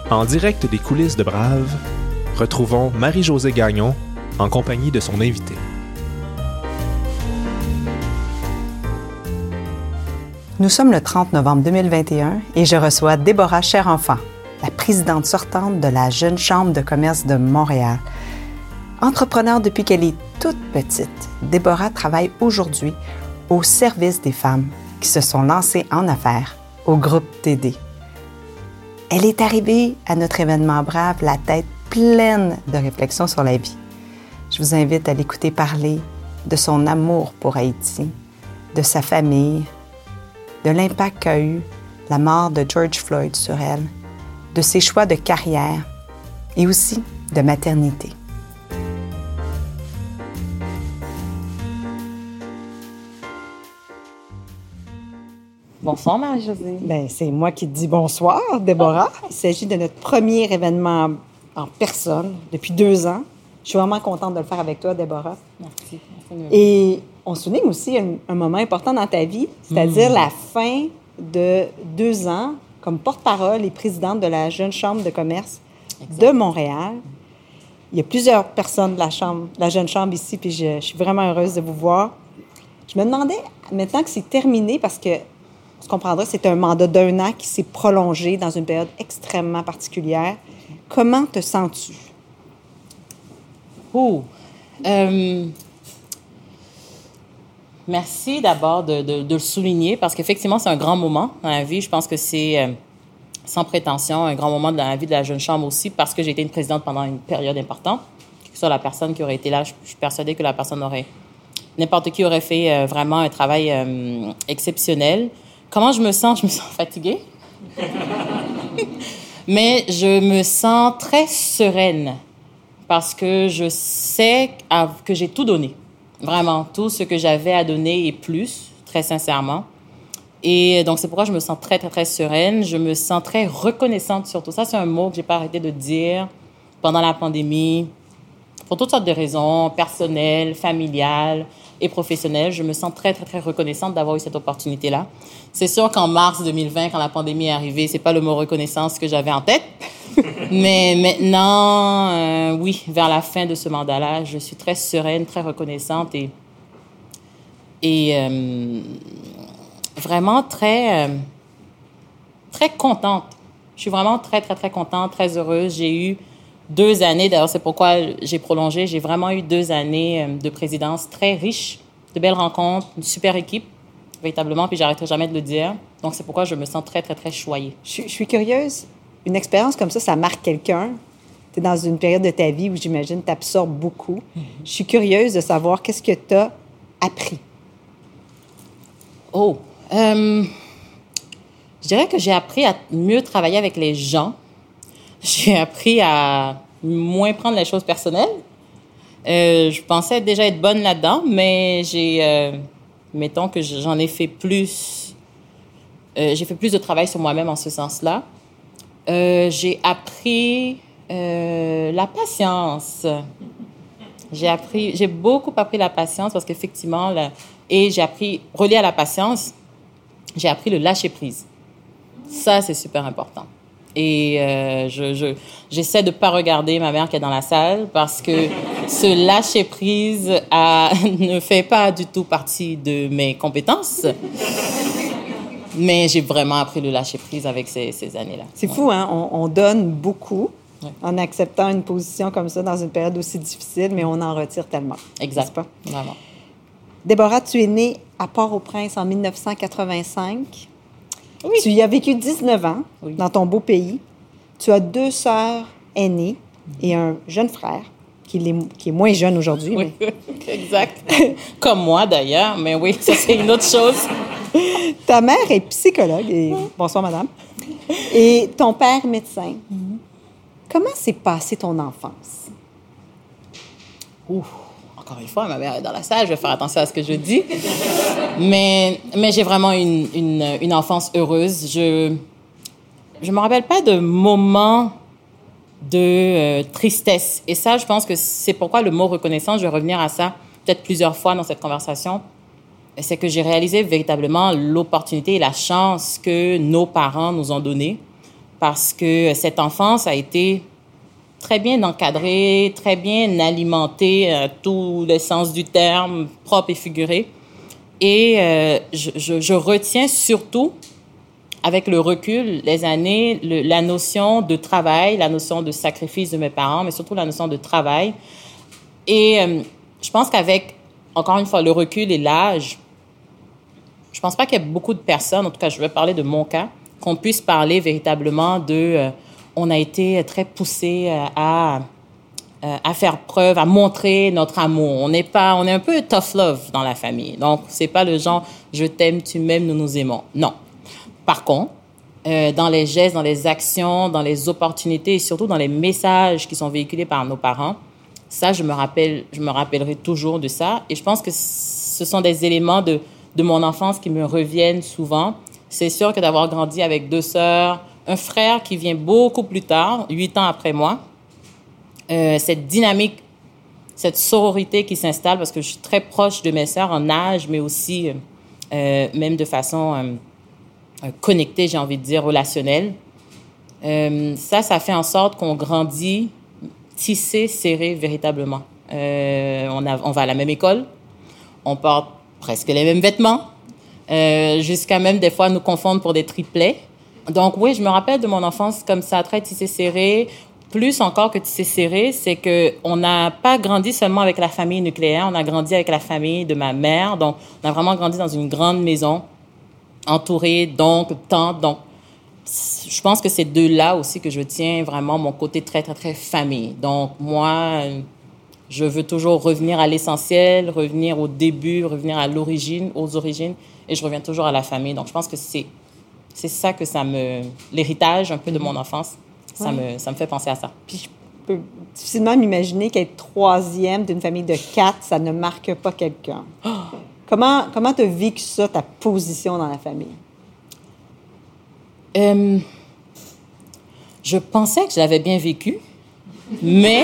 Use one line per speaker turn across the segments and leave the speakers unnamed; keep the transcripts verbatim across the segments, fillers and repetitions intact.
En direct des coulisses de Brave, retrouvons Marie-Josée Gagnon en compagnie de son invité.
Nous sommes le trente novembre deux mille vingt et un et je reçois Déborah Cherenfant, la présidente sortante de la Jeune Chambre de commerce de Montréal. Entrepreneur depuis qu'elle est toute petite, Déborah travaille aujourd'hui au service des femmes qui se sont lancées en affaires au groupe T D. Elle est arrivée à notre événement Brave la tête pleine de réflexions sur la vie. Je vous invite à l'écouter parler de son amour pour Haïti, de sa famille, de l'impact qu'a eu la mort de George Floyd sur elle, de ses choix de carrière et aussi de maternité.
Bonsoir, Marie-Josée.
Bien, c'est moi qui te dis bonsoir, Déborah. Il s'agit de notre premier événement en personne depuis deux ans. Je suis vraiment contente de le faire avec toi, Déborah.
Merci. Merci.
Et on souligne aussi un, un moment important dans ta vie, c'est-à-dire mmh. la fin de deux ans comme porte-parole et présidente de la Jeune Chambre de commerce exact. De Montréal. Il y a plusieurs personnes de la chambre, de la Jeune Chambre ici, puis je, je suis vraiment heureuse de vous voir. Je me demandais, maintenant que c'est terminé, parce que tu comprendras, c'est un mandat d'un an qui s'est prolongé dans une période extrêmement particulière. Comment te sens-tu?
Oh! Euh, merci d'abord de, de, de le souligner parce qu'effectivement, c'est un grand moment dans la vie. Je pense que c'est, euh, sans prétention, un grand moment dans la vie de la Jeune Chambre aussi parce que j'ai été une présidente pendant une période importante. Que ce soit la personne qui aurait été là, je, je suis persuadée que la personne aurait... N'importe qui aurait fait euh, vraiment un travail euh, exceptionnel. Comment je me sens? Je me sens fatiguée. Mais je me sens très sereine parce que je sais que j'ai tout donné. Vraiment, tout ce que j'avais à donner et plus, très sincèrement. Et donc, c'est pourquoi je me sens très, très, très sereine. Je me sens très reconnaissante surtout. Ça, c'est un mot que j'ai pas arrêté de dire pendant la pandémie pour toutes sortes de raisons, personnelles, familiales et professionnelle. Je me sens très, très, très reconnaissante d'avoir eu cette opportunité-là. C'est sûr qu'en mars deux mille vingt, quand la pandémie est arrivée, c'est pas le mot reconnaissance que j'avais en tête. Mais maintenant, euh, oui, vers la fin de ce mandat-là, je suis très sereine, très reconnaissante et, et euh, vraiment très, euh, très contente. Je suis vraiment très, très, très contente, très heureuse. J'ai eu deux années, d'ailleurs, c'est pourquoi j'ai prolongé. J'ai vraiment eu deux années de présidence très riches, de belles rencontres, une super équipe, véritablement, puis j'arrêterai jamais de le dire. Donc, c'est pourquoi je me sens très, très, très choyée.
Je, je suis curieuse. Une expérience comme ça, ça marque quelqu'un. Tu es dans une période de ta vie où, j'imagine, tu absorbes beaucoup. Mm-hmm. Je suis curieuse de savoir qu'est-ce que tu as appris.
Oh! Euh, je dirais que j'ai appris à mieux travailler avec les gens. J'ai appris à moins prendre les choses personnelles. Euh, je pensais déjà être bonne là-dedans, mais j'ai, euh, mettons que j'en ai fait plus, euh, j'ai fait plus de travail sur moi-même en ce sens-là. Euh, j'ai appris euh, la patience. J'ai appris, j'ai beaucoup appris la patience parce qu'effectivement, la, et j'ai appris, relié à la patience, j'ai appris le lâcher-prise. Ça, c'est super important. Et euh, je, je, j'essaie de ne pas regarder ma mère qui est dans la salle parce que ce lâcher-prise à, ne fait pas du tout partie de mes compétences. Mais j'ai vraiment appris le lâcher-prise avec ces, ces années-là.
C'est
ouais.
fou, hein? On, on donne beaucoup
ouais.
en acceptant une position comme ça dans une période aussi difficile, mais on en retire tellement.
Exact. Pas? Vraiment.
Déborah, tu es née à Port-au-Prince en dix-neuf cent quatre-vingt-cinq. Oui. Tu y as vécu dix-neuf ans oui. dans ton beau pays. Tu as deux sœurs aînées et un jeune frère qui est, qui est moins jeune aujourd'hui.
Oui,
mais...
exact. Comme moi, d'ailleurs. Mais oui, ça, c'est une autre chose.
Ta mère est psychologue. Et... Bonsoir, madame. Et ton père, médecin. Mm-hmm. Comment s'est passée ton enfance?
Ouf. Encore une fois, ma mère est dans la salle, je vais faire attention à ce que je dis. Mais, mais j'ai vraiment une, une, une enfance heureuse. Je ne me rappelle pas de moments de euh, tristesse. Et ça, je pense que c'est pourquoi le mot reconnaissance, je vais revenir à ça peut-être plusieurs fois dans cette conversation, c'est que j'ai réalisé véritablement l'opportunité et la chance que nos parents nous ont donnée parce que cette enfance a été très bien encadrée, très bien alimentée, à tous les sens du terme, propre et figuré. Et euh, je, je, je retiens surtout, avec le recul, les années, le, la notion de travail, la notion de sacrifice de mes parents, mais surtout la notion de travail. Et euh, je pense qu'avec, encore une fois, le recul et l'âge, je pense pas qu'il y ait beaucoup de personnes, en tout cas, je vais parler de mon cas, qu'on puisse parler véritablement de... Euh, on a été très poussés à, à faire preuve, à montrer notre amour. On n'est pas... On est un peu tough love dans la famille. Donc, c'est pas le genre « je t'aime, tu m'aimes, nous nous aimons ». Non. Par contre, euh, dans les gestes, dans les actions, dans les opportunités et surtout dans les messages qui sont véhiculés par nos parents, ça, je me rappelle, je me rappellerai toujours de ça. Et je pense que ce sont des éléments de, de mon enfance qui me reviennent souvent. C'est sûr que d'avoir grandi avec deux sœurs, un frère qui vient beaucoup plus tard, huit ans après moi, euh, cette dynamique, cette sororité qui s'installe, parce que je suis très proche de mes sœurs en âge, mais aussi euh, même de façon euh, connectée, j'ai envie de dire, relationnelle. Euh, ça, ça fait en sorte qu'on grandit tissé, serré, véritablement. Euh, on, a, on va à la même école, on porte presque les mêmes vêtements, euh, jusqu'à même des fois nous confondre pour des triplets. Donc oui, je me rappelle de mon enfance comme ça, très tissé serré. Plus encore que tissé serré, c'est que on n'a pas grandi seulement avec la famille nucléaire, on a grandi avec la famille de ma mère. Donc, on a vraiment grandi dans une grande maison, entourée d'oncles, tantes. Donc, je pense que c'est de là aussi que je tiens vraiment mon côté très, très, très famille. Donc, moi, je veux toujours revenir à l'essentiel, revenir au début, revenir à l'origine, aux origines, et je reviens toujours à la famille. Donc, je pense que c'est C'est ça que ça me... L'héritage un peu de mon enfance, ça, ouais. me, ça me fait penser à ça.
Puis je peux difficilement m'imaginer qu'être troisième d'une famille de quatre, ça ne marque pas quelqu'un. Oh. Comment comment tu as vécu ça, ta position dans la famille?
Euh, je pensais que je l'avais bien vécu, mais...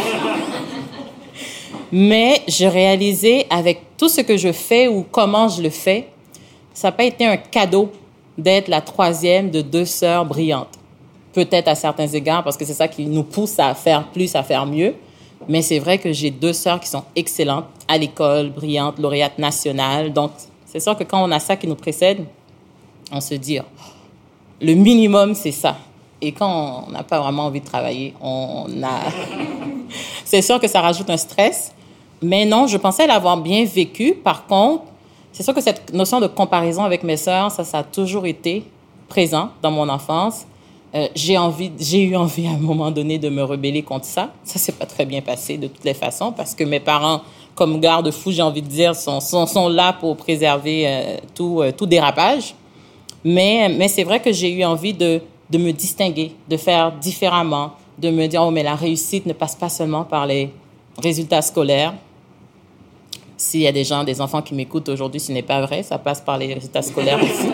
mais je réalisais avec tout ce que je fais ou comment je le fais, ça n'a pas été un cadeau d'être la troisième de deux sœurs brillantes. Peut-être à certains égards, parce que c'est ça qui nous pousse à faire plus, à faire mieux. Mais c'est vrai que j'ai deux sœurs qui sont excellentes à l'école, brillantes, lauréates nationales. Donc, c'est sûr que quand on a ça qui nous précède, on se dit, oh, le minimum, c'est ça. Et quand on n'a pas vraiment envie de travailler, on a... c'est sûr que ça rajoute un stress. Mais non, je pensais l'avoir bien vécu. Par contre, c'est sûr que cette notion de comparaison avec mes sœurs, ça, ça a toujours été présent dans mon enfance. Euh, j'ai envie, j'ai eu envie à un moment donné de me rebeller contre ça. Ça s'est pas très bien passé de toutes les façons parce que mes parents, comme garde-fous, j'ai envie de dire, sont, sont, sont là pour préserver euh, tout, euh, tout dérapage. Mais, mais c'est vrai que j'ai eu envie de, de me distinguer, de faire différemment, de me dire, oh, mais la réussite ne passe pas seulement par les résultats scolaires. S'il y a des gens, des enfants qui m'écoutent aujourd'hui, ce n'est pas vrai. Ça passe par les résultats scolaires aussi.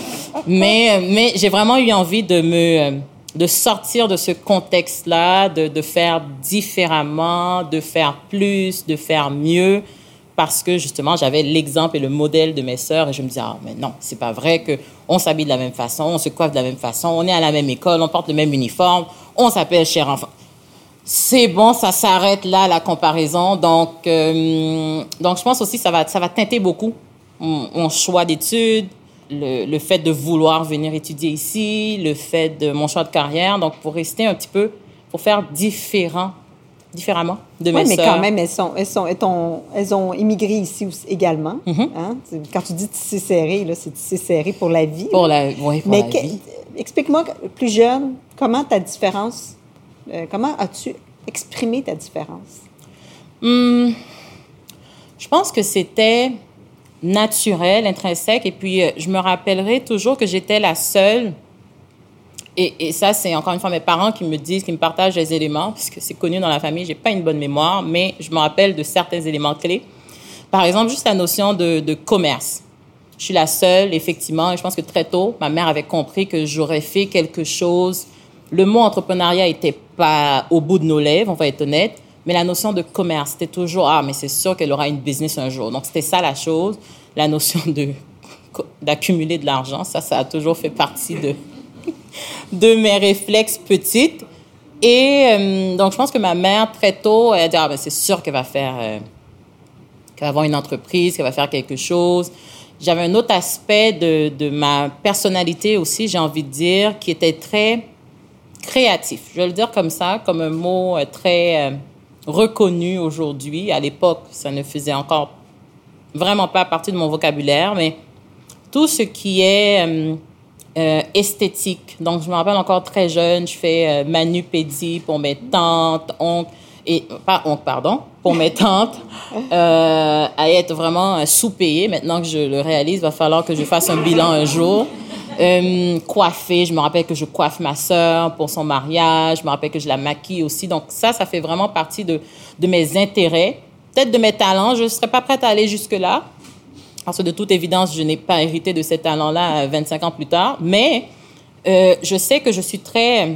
Mais, mais j'ai vraiment eu envie de me, de sortir de ce contexte-là, de, de faire différemment, de faire plus, de faire mieux, parce que justement, j'avais l'exemple et le modèle de mes sœurs et je me disais, ah, mais non, c'est pas vrai qu'on s'habille de la même façon, on se coiffe de la même façon, on est à la même école, on porte le même uniforme, on s'appelle cher enfant. C'est bon, ça s'arrête là, la comparaison. Donc, euh, donc je pense aussi que ça va, ça va teinter beaucoup mon, mon choix d'études, le, le fait de vouloir venir étudier ici, le fait de mon choix de carrière. Donc, pour rester un petit peu, pour faire différent, différemment de mes
sœurs. Oui, mais
sœurs.
quand même, elles, sont, elles, sont, elles, ont, elles ont immigré ici aussi, également. Mm-hmm. Hein? Quand tu dis tissé serré, là, c'est tissé serré pour la vie.
Pour la, oui, pour
mais
la
que,
vie.
Explique-moi, plus jeune, comment ta différence... Euh, comment as-tu exprimé ta différence?
Hum, je pense que c'était naturel, intrinsèque. Et puis, euh, je me rappellerai toujours que j'étais la seule. Et, et ça, c'est encore une fois mes parents qui me disent, qui me partagent les éléments, puisque c'est connu dans la famille, j'ai pas une bonne mémoire, mais je me rappelle de certains éléments clés. Par exemple, juste la notion de, de commerce. Je suis la seule, effectivement, et je pense que très tôt, ma mère avait compris que j'aurais fait quelque chose. Le mot entrepreneuriat n'était pas au bout de nos lèvres, on va être honnête, mais la notion de commerce, c'était toujours, ah, mais c'est sûr qu'elle aura une business un jour. Donc, c'était ça la chose. La notion de, d'accumuler de l'argent, ça, ça a toujours fait partie de, de mes réflexes petites. Et euh, donc, je pense que ma mère, très tôt, elle a dit, ah, ben, c'est sûr qu'elle va faire, euh, qu'elle va avoir une entreprise, qu'elle va faire quelque chose. J'avais un autre aspect de, de ma personnalité aussi, j'ai envie de dire, qui était très créatif. Je vais le dire comme ça, comme un mot euh, très euh, reconnu aujourd'hui. À l'époque, ça ne faisait encore vraiment pas partie de mon vocabulaire, mais tout ce qui est euh, euh, esthétique. Donc, je me rappelle encore très jeune, je fais euh, manupédie pour mes tantes, oncles, et, pas oncles, pardon, pour mes tantes, euh, à être vraiment euh, sous-payée. Maintenant que je le réalise, il va falloir que je fasse un bilan un jour. Euh, coiffer, je me rappelle que je coiffe ma sœur pour son mariage, je me rappelle que je la maquille aussi. Donc, ça, ça fait vraiment partie de, de mes intérêts. Peut-être de mes talents, je ne serais pas prête à aller jusque-là. Parce que de toute évidence, je n'ai pas hérité de ces talents-là vingt-cinq ans plus tard. Mais euh, je sais que je suis très,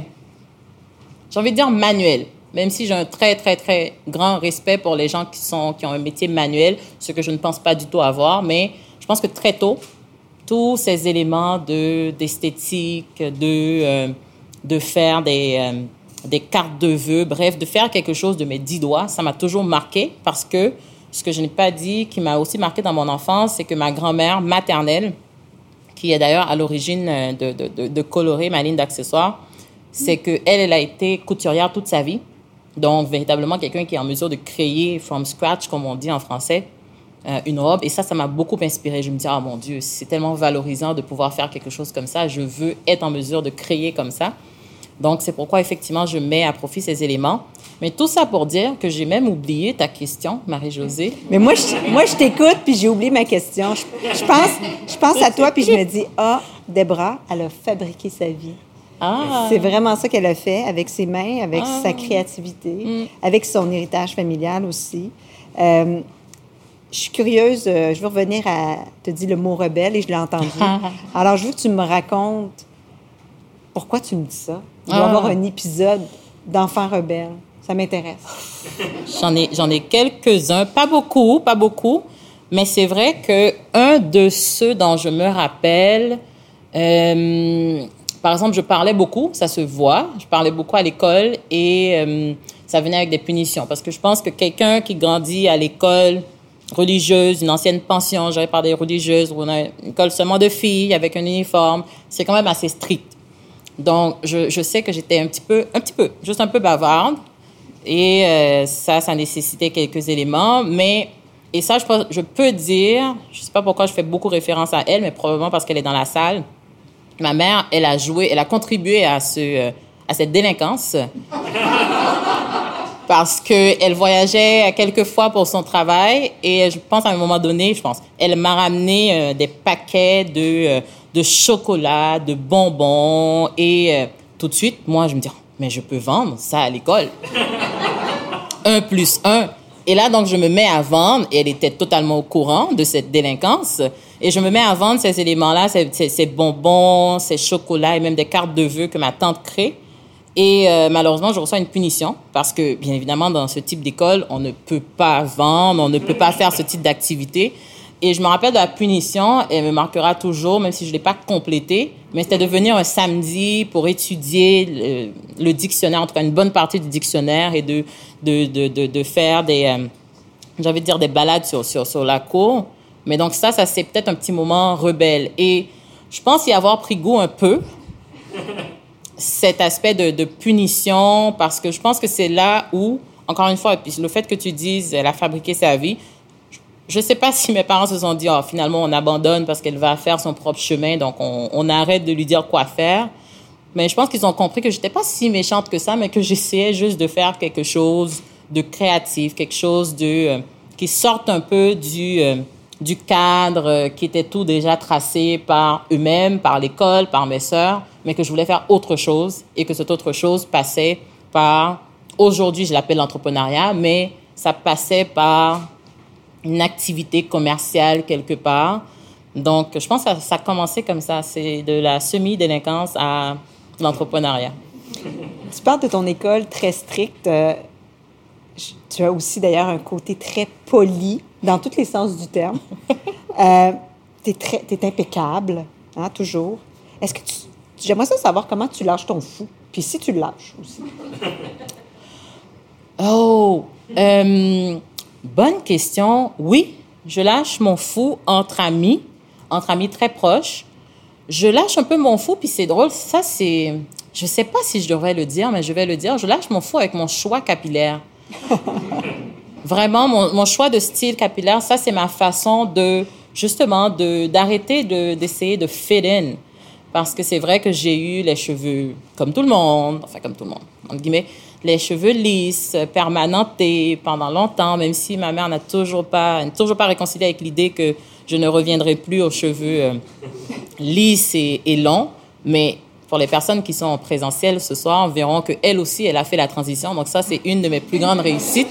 j'ai envie de dire manuelle. Même si j'ai un très, très, très grand respect pour les gens qui, sont, qui ont un métier manuel, ce que je ne pense pas du tout avoir. Mais je pense que très tôt, tous ces éléments de, d'esthétique, de, euh, de faire des, euh, des cartes de vœux, bref, de faire quelque chose de mes dix doigts, ça m'a toujours marqué parce que ce que je n'ai pas dit, qui m'a aussi marqué dans mon enfance, c'est que ma grand-mère maternelle, qui est d'ailleurs à l'origine de, de, de, de colorer ma ligne d'accessoires, c'est qu'elle, elle a été couturière toute sa vie. Donc, véritablement, quelqu'un qui est en mesure de créer from scratch, comme on dit en français, euh, une robe. Et ça, ça m'a beaucoup inspirée. Je me dis, ah mon Dieu, c'est tellement valorisant de pouvoir faire quelque chose comme ça. Je veux être en mesure de créer comme ça. Donc, c'est pourquoi, effectivement, je mets à profit ces éléments. Mais tout ça pour dire que j'ai même oublié ta question, Marie-Josée.
Mais moi, je, moi, je t'écoute, puis j'ai oublié ma question. Je, je, pense, je pense à toi, puis je me dis, ah, Debra, elle a fabriqué sa vie.
Ah.
C'est vraiment ça qu'elle a fait avec ses mains, avec
Ah.
sa créativité,
Mm.
avec son héritage familial aussi. Euh, je suis curieuse, euh, je veux revenir à... Tu as dit le mot rebelle et je l'ai entendu. Alors, je veux que tu me racontes pourquoi tu me dis ça. Il doit y
Ah.
avoir un épisode d'enfant rebelle. Ça m'intéresse.
J'en ai, j'en ai quelques-uns, pas beaucoup, pas beaucoup, mais c'est vrai que un de ceux dont je me rappelle, euh, par exemple, je parlais beaucoup, ça se voit, je parlais beaucoup à l'école et euh, ça venait avec des punitions parce que je pense que quelqu'un qui grandit à l'école religieuse, une ancienne pension, j'avais par des religieuses, ou une école seulement de filles avec un uniforme, c'est quand même assez strict. Donc, je, je sais que j'étais un petit peu, un petit peu, juste un peu bavarde. Et euh, ça, ça nécessitait quelques éléments. Mais, et ça, je, je peux dire, je ne sais pas pourquoi je fais beaucoup référence à elle, mais probablement parce qu'elle est dans la salle. Ma mère, elle a joué, elle a contribué à, ce, à cette délinquance. Parce qu'elle voyageait quelques fois pour son travail. Et je pense à un moment donné, je pense, elle m'a ramené euh, des paquets de, euh, de chocolat, de bonbons. Et euh, tout de suite, moi, je me dis, oh, mais je peux vendre ça à l'école. Un plus un. Et là, donc, je me mets à vendre, et elle était totalement au courant de cette délinquance, et je me mets à vendre ces éléments-là, ces, ces, ces bonbons, ces chocolats, et même des cartes de vœux que ma tante crée. Et euh, malheureusement, je reçois une punition, parce que, bien évidemment, dans ce type d'école, on ne peut pas vendre, on ne peut pas faire ce type d'activité. Et je me rappelle de la punition, elle me marquera toujours, même si je ne l'ai pas complétée, mais c'était de venir un samedi pour étudier le, le dictionnaire, en tout cas une bonne partie du dictionnaire, et de, de, de, de, de faire des, euh, j'ai envie de dire des balades sur, sur, sur la cour. Mais donc ça, ça c'est peut-être un petit moment rebelle. Et je pense y avoir pris goût un peu, cet aspect de, de punition, parce que je pense que c'est là où, encore une fois, et puis le fait que tu dises elle a fabriqué sa vie, je ne sais pas si mes parents se sont dit, oh, finalement, on abandonne parce qu'elle va faire son propre chemin, donc on, on arrête de lui dire quoi faire. Mais je pense qu'ils ont compris que je n'étais pas si méchante que ça, mais que j'essayais juste de faire quelque chose de créatif, quelque chose de, euh, qui sorte un peu du, euh, du cadre euh, qui était tout déjà tracé par eux-mêmes, par l'école, par mes sœurs, mais que je voulais faire autre chose et que cette autre chose passait par, aujourd'hui, je l'appelle l'entrepreneuriat, mais ça passait par une activité commerciale quelque part. Donc, je pense que ça, ça a commencé comme ça. C'est de la semi-délinquance à l'entrepreneuriat.
Tu parles de ton école très stricte. Euh, tu as aussi, d'ailleurs, un côté très poli, dans tous les sens du terme. euh, tu es impeccable, hein, toujours. Est-ce que tu J'aimerais ça savoir comment tu lâches ton fou. Puis si tu le lâches aussi.
Oh, euh, bonne question. Oui, je lâche mon fou entre amis, entre amis très proches. Je lâche un peu mon fou, puis c'est drôle. Ça, c'est... Je sais pas si je devrais le dire, mais je vais le dire. Je lâche mon fou avec mon choix capillaire. Vraiment, mon, mon choix de style capillaire, ça, c'est ma façon de, justement, de, d'arrêter de, d'essayer de fit in. Parce que c'est vrai que j'ai eu les cheveux comme tout le monde, enfin, comme tout le monde, entre guillemets, les cheveux lisses, permanentés pendant longtemps, même si ma mère n'a toujours pas, n'a toujours pas réconcilié avec l'idée que je ne reviendrai plus aux cheveux euh, lisses et, et longs. Mais pour les personnes qui sont en présentiel ce soir, verront qu'elle aussi, elle a fait la transition. Donc ça, c'est une de mes plus grandes réussites.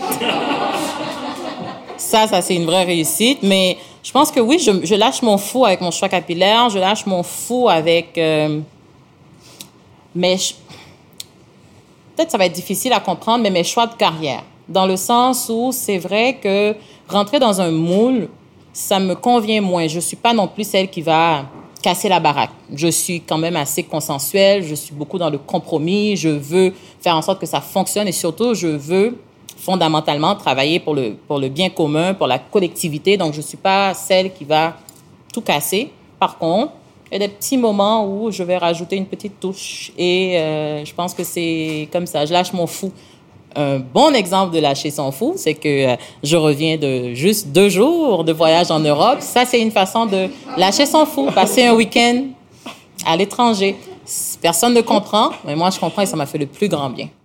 Ça, ça, c'est une vraie réussite. Mais je pense que oui, je, je lâche mon fou avec mon choix capillaire. Je lâche mon fou avec... Euh, mes... Peut-être ça va être difficile à comprendre, mais mes choix de carrière. Dans le sens où c'est vrai que rentrer dans un moule, ça me convient moins. Je ne suis pas non plus celle qui va casser la baraque. Je suis quand même assez consensuelle. Je suis beaucoup dans le compromis. Je veux faire en sorte que ça fonctionne et surtout, je veux fondamentalement travailler pour le, pour le bien commun, pour la collectivité. Donc, je ne suis pas celle qui va tout casser. Par contre, il y a des petits moments où je vais rajouter une petite touche et euh, je pense que c'est comme ça. Je lâche mon fou. Un bon exemple de lâcher son fou, c'est que euh, je reviens de juste deux jours de voyage en Europe. Ça, c'est une façon de lâcher son fou, passer un week-end à l'étranger. Personne ne comprend, mais moi, je comprends et ça m'a fait le plus grand bien.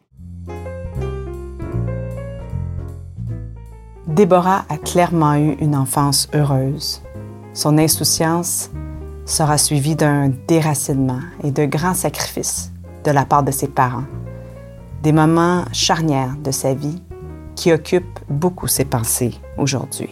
Déborah a clairement eu une enfance heureuse. Son insouciance sera suivie d'un déracinement et de grands sacrifices de la part de ses parents. Des moments charnières de sa vie qui occupent beaucoup ses pensées aujourd'hui.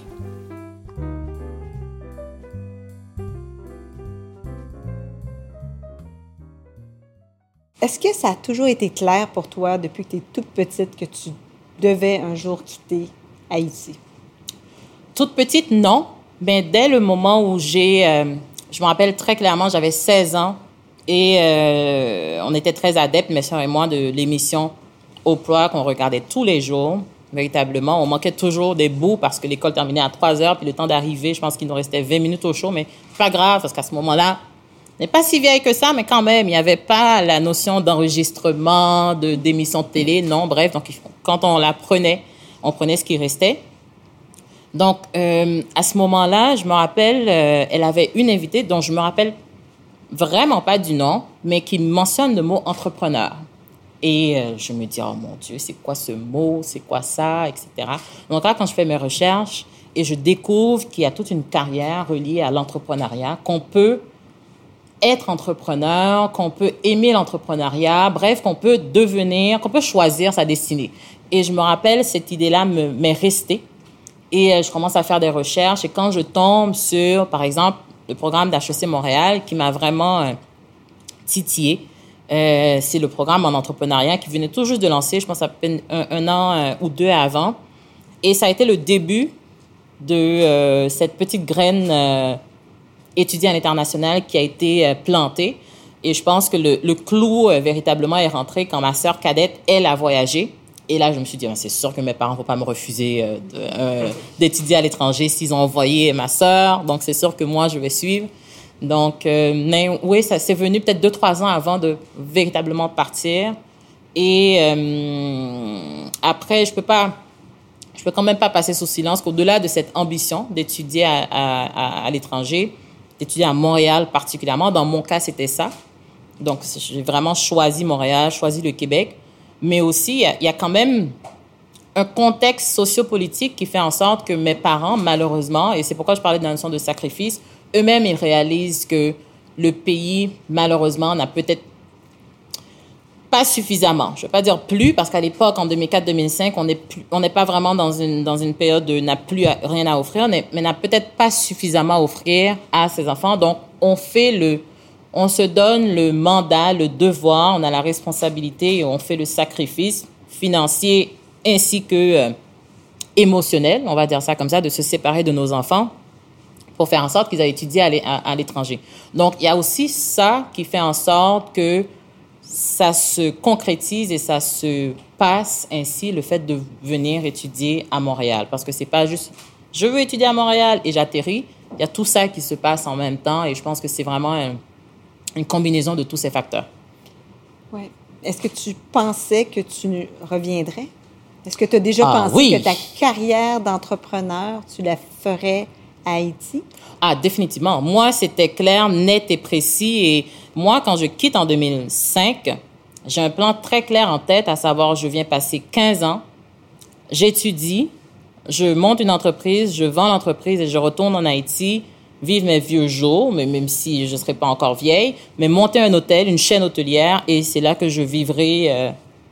Est-ce que ça a toujours été clair pour toi depuis que tu es toute petite que tu devais un jour quitter Haïti?
Toute petite, non. Mais dès le moment où j'ai... Euh, je me rappelle très clairement, j'avais seize ans et euh, on était très adeptes, mes soeurs et moi, de l'émission Oprah qu'on regardait tous les jours. Véritablement, on manquait toujours des bouts parce que l'école terminait à trois heures, puis le temps d'arriver, je pense qu'il nous restait vingt minutes au show, mais pas grave parce qu'à ce moment-là, on n'est pas si vieille que ça, mais quand même, il n'y avait pas la notion d'enregistrement, de, d'émission de télé, non, bref. Donc, quand on la prenait, on prenait ce qui restait. Donc, euh, à ce moment-là, je me rappelle, euh, elle avait une invitée dont je me rappelle vraiment pas du nom, mais qui mentionne le mot entrepreneur. Et euh, je me dis, oh mon Dieu, c'est quoi ce mot, c'est quoi ça, et cetera. Donc là, quand je fais mes recherches et je découvre qu'il y a toute une carrière reliée à l'entrepreneuriat, qu'on peut être entrepreneur, qu'on peut aimer l'entrepreneuriat, bref, qu'on peut devenir, qu'on peut choisir sa destinée. Et je me rappelle, cette idée-là me, m'est restée. Et euh, je commence à faire des recherches. Et quand je tombe sur, par exemple, le programme d'H E C Montréal qui m'a vraiment euh, titillée, euh, c'est le programme en entrepreneuriat qui venait tout juste de lancer, je pense à peine un, un an euh, ou deux avant. Et ça a été le début de euh, cette petite graine euh, étudiée à l'international qui a été euh, plantée. Et je pense que le, le clou euh, véritablement est rentré quand ma sœur cadette, elle, a voyagé. Et là, je me suis dit, c'est sûr que mes parents ne vont pas me refuser euh, de, euh, d'étudier à l'étranger s'ils ont envoyé ma sœur. Donc, c'est sûr que moi, je vais suivre. Donc, euh, mais oui, ça s'est venu peut-être deux, trois ans avant de véritablement partir. Et euh, après, je peux pas, je peux quand même pas passer sous silence qu'au-delà de cette ambition d'étudier à, à, à, à l'étranger, d'étudier à Montréal particulièrement, dans mon cas, c'était ça. Donc, j'ai vraiment choisi Montréal, choisi le Québec. Mais aussi, il y a, il y a quand même un contexte sociopolitique qui fait en sorte que mes parents, malheureusement, et c'est pourquoi je parlais de la notion de sacrifice, eux-mêmes, ils réalisent que le pays, malheureusement, n'a peut-être pas suffisamment. Je ne veux pas dire plus, parce qu'à l'époque, en deux mille quatre deux mille cinq, on n'est plus, on n'est pas vraiment dans une, dans une période de n'a plus rien à offrir, mais n'a peut-être pas suffisamment à offrir à ses enfants. Donc, on fait le... On se donne le mandat, le devoir, on a la responsabilité et on fait le sacrifice financier ainsi que euh, émotionnel, on va dire ça comme ça, de se séparer de nos enfants pour faire en sorte qu'ils aient étudié à, l'é- à, à l'étranger. Donc, il y a aussi ça qui fait en sorte que ça se concrétise et ça se passe ainsi, le fait de venir étudier à Montréal. Parce que c'est pas juste, je veux étudier à Montréal et j'atterris. Il y a tout ça qui se passe en même temps et je pense que c'est vraiment un, une combinaison de tous ces facteurs.
Oui. Est-ce que tu pensais que tu reviendrais? Est-ce que tu as déjà
Ah,
pensé
oui.
que ta carrière d'entrepreneur, tu la ferais à Haïti?
Ah, définitivement. Moi, c'était clair, net et précis. Et moi, quand je quitte en deux mille cinq, j'ai un plan très clair en tête, à savoir, je viens passer quinze ans, j'étudie, je monte une entreprise, je vends l'entreprise et je retourne en Haïti, vivre mes vieux jours, mais même si je ne serai pas encore vieille, mais monter un hôtel, une chaîne hôtelière, et c'est là que je vivrai euh,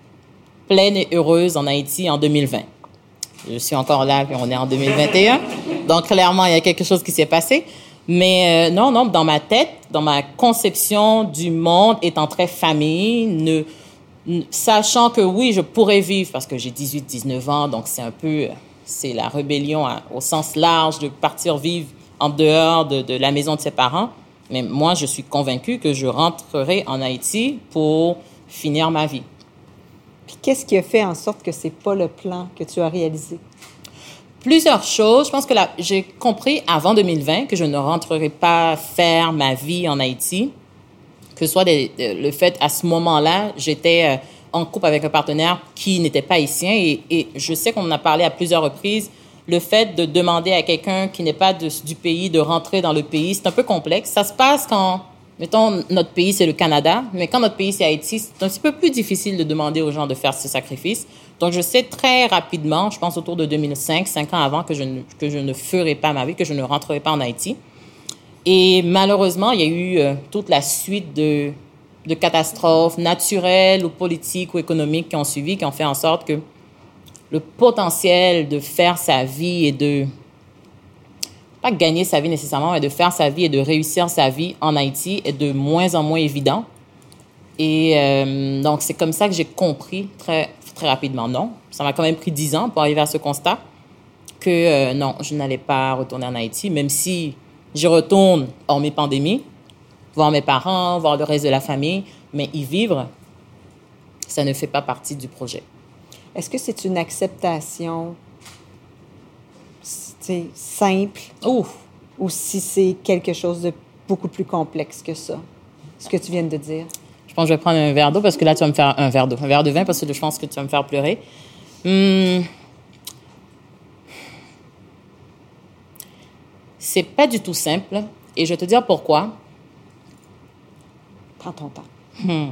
pleine et heureuse en Haïti en deux mille vingt. Je suis encore là, puis on est en deux mille vingt et un. Donc, clairement, il y a quelque chose qui s'est passé. Mais euh, non, non, dans ma tête, dans ma conception du monde, étant très famille, ne, ne, sachant que oui, je pourrais vivre, parce que j'ai dix-huit, dix-neuf ans, donc c'est un peu, c'est la rébellion hein, au sens large de partir vivre en dehors de, de la maison de ses parents. Mais moi, je suis convaincue que je rentrerai en Haïti pour finir ma vie.
Puis qu'est-ce qui a fait en sorte que c'est pas le plan que tu as réalisé?
Plusieurs choses. Je pense que là, j'ai compris avant deux mille vingt que je ne rentrerai pas faire ma vie en Haïti. Que ce soit des, de, le fait, à ce moment-là, j'étais euh, en couple avec un partenaire qui n'était pas haïtien. Et, et je sais qu'on en a parlé à plusieurs reprises. Le fait de demander à quelqu'un qui n'est pas de, du pays de rentrer dans le pays, c'est un peu complexe. Ça se passe quand, mettons, notre pays, c'est le Canada. Mais quand notre pays, c'est Haïti, c'est un petit peu plus difficile de demander aux gens de faire ce sacrifice. Donc, je sais très rapidement, je pense autour de deux mille cinq, cinq ans avant, que je ne, que je ne ferai pas ma vie, que je ne rentrerai pas en Haïti. Et malheureusement, il y a eu euh, toute la suite de, de catastrophes naturelles ou politiques ou économiques qui ont suivi, qui ont fait en sorte que le potentiel de faire sa vie et de, pas gagner sa vie nécessairement, mais de faire sa vie et de réussir sa vie en Haïti est de moins en moins évident. Et euh, donc, c'est comme ça que j'ai compris très, très rapidement, non. Ça m'a quand même pris dix ans pour arriver à ce constat que euh, non, je n'allais pas retourner en Haïti, même si j'y retourne hors mes pandémies, voir mes parents, voir le reste de la famille, mais y vivre, ça ne fait pas partie du projet.
Est-ce que c'est une acceptation simple
Ouf.
ou si c'est quelque chose de beaucoup plus complexe que ça, ce que tu viens de dire?
Je pense que je vais prendre un verre d'eau parce que là, tu vas me faire un verre d'eau. Un verre de vin parce que je pense que tu vas me faire pleurer. Hum. C'est pas du tout simple et je vais te dire pourquoi.
Prends ton temps.
Hum.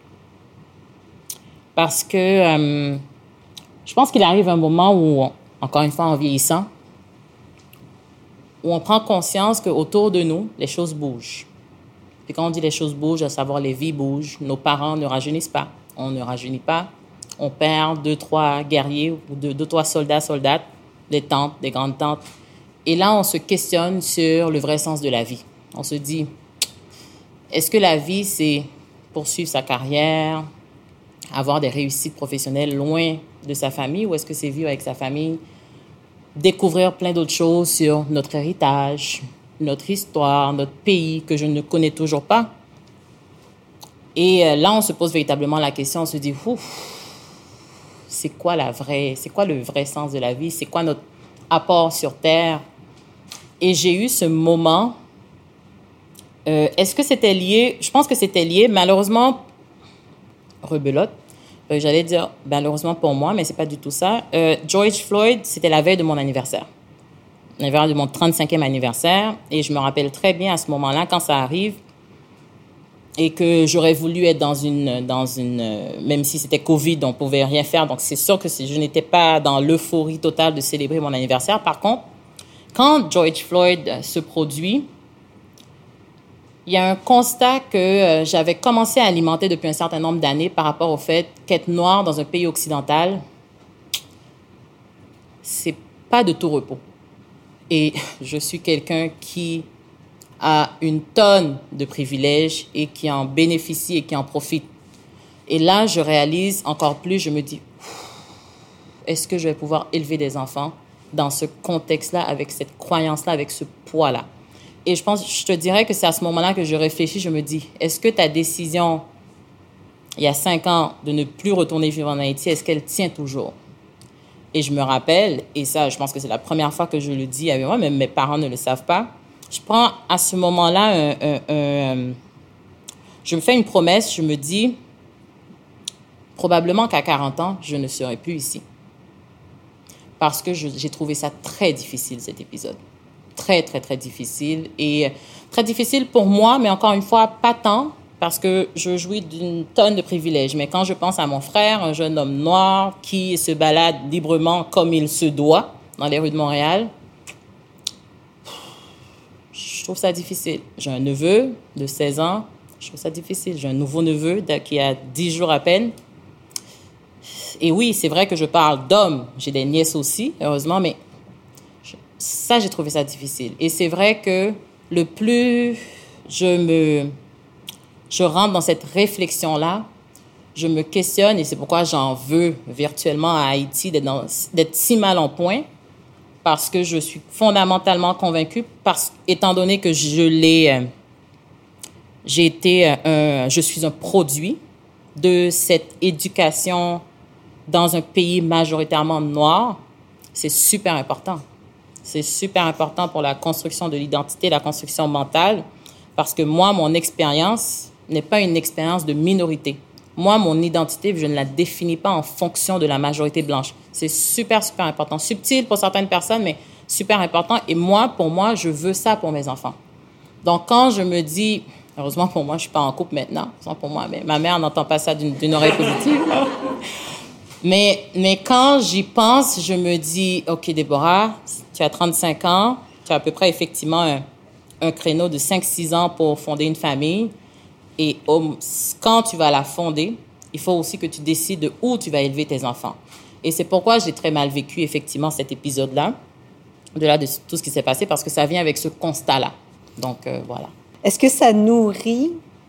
Parce que euh, je pense qu'il arrive un moment où, encore une fois en vieillissant, où on prend conscience qu'autour de nous, les choses bougent. Puis quand on dit les choses bougent, à savoir les vies bougent, nos parents ne rajeunissent pas. On ne rajeunit pas. On perd deux, trois guerriers ou deux, deux trois soldats, soldates, des tantes, des grandes tantes. Et là, on se questionne sur le vrai sens de la vie. On se dit, est-ce que la vie, c'est poursuivre sa carrière, avoir des réussites professionnelles loin de sa famille, ou est-ce que c'est vivre avec sa famille, découvrir plein d'autres choses sur notre héritage, notre histoire, notre pays que je ne connais toujours pas. Et euh, là, on se pose véritablement la question, on se dit, ouf, c'est quoi la vraie, c'est quoi le vrai sens de la vie, c'est quoi notre apport sur Terre? Et j'ai eu ce moment, euh, est-ce que c'était lié? Je pense que c'était lié, malheureusement, rebelote, euh, j'allais dire malheureusement pour moi, mais c'est pas du tout ça. Euh, George Floyd, c'était la veille de mon anniversaire. La veille de mon trente-cinquième anniversaire. Et je me rappelle très bien à ce moment-là, quand ça arrive, et que j'aurais voulu être dans une, dans une, même si c'était Covid, on pouvait rien faire. Donc, c'est sûr que je n'étais pas dans l'euphorie totale de célébrer mon anniversaire. Par contre, quand George Floyd se produit, il y a un constat que euh, j'avais commencé à alimenter depuis un certain nombre d'années par rapport au fait qu'être noir dans un pays occidental, c'est pas de tout repos. Et je suis quelqu'un qui a une tonne de privilèges et qui en bénéficie et qui en profite. Et là, je réalise encore plus, je me dis, est-ce que je vais pouvoir élever des enfants dans ce contexte-là, avec cette croyance-là, avec ce poids-là? Et je pense, je te dirais que c'est à ce moment-là que je réfléchis, je me dis, est-ce que ta décision, il y a cinq ans, de ne plus retourner vivre en Haïti, est-ce qu'elle tient toujours? Et je me rappelle, et ça, je pense que c'est la première fois que je le dis avec moi, même mes parents ne le savent pas, je prends à ce moment-là, un, un, un, je me fais une promesse, je me dis, probablement qu'à quarante ans, je ne serai plus ici. Parce que je, j'ai trouvé ça très difficile, cet épisode. Très, très, très difficile. Et très difficile pour moi, mais encore une fois, pas tant, parce que je jouis d'une tonne de privilèges. Mais quand je pense à mon frère, un jeune homme noir qui se balade librement comme il se doit dans les rues de Montréal, je trouve ça difficile. J'ai un neveu de seize ans, je trouve ça difficile. J'ai un nouveau neveu qui a dix jours à peine. Et oui, c'est vrai que je parle d'hommes. J'ai des nièces aussi, heureusement, mais je, ça, j'ai trouvé ça difficile. Et c'est vrai que le plus je me... je rentre dans cette réflexion-là, je me questionne, et c'est pourquoi j'en veux virtuellement à Haïti d'être, dans, d'être si mal en point, parce que je suis fondamentalement convaincue, parce, étant donné que je l'ai... Euh, j'ai été... Euh, un, je suis un produit de cette éducation dans un pays majoritairement noir. C'est super important. C'est super important pour la construction de l'identité, la construction mentale, parce que moi, mon expérience n'est pas une expérience de minorité. Moi, mon identité, je ne la définis pas en fonction de la majorité blanche. C'est super, super important. Subtil pour certaines personnes, mais super important. Et moi, pour moi, je veux ça pour mes enfants. Donc, quand je me dis... Heureusement, pour moi, je ne suis pas en couple maintenant. Pour moi, mais ma mère n'entend pas ça d'une, d'une oreille positive. mais, mais quand j'y pense, je me dis, OK, Déborah, tu as trente-cinq ans, tu as à peu près effectivement un, un créneau de cinq six ans pour fonder une famille. Et au, quand tu vas la fonder, il faut aussi que tu décides de où tu vas élever tes enfants. Et c'est pourquoi j'ai très mal vécu, effectivement, cet épisode-là, au-delà de tout ce qui s'est passé, parce que ça vient avec ce constat-là. Donc, euh, voilà.
Est-ce que ça nourrit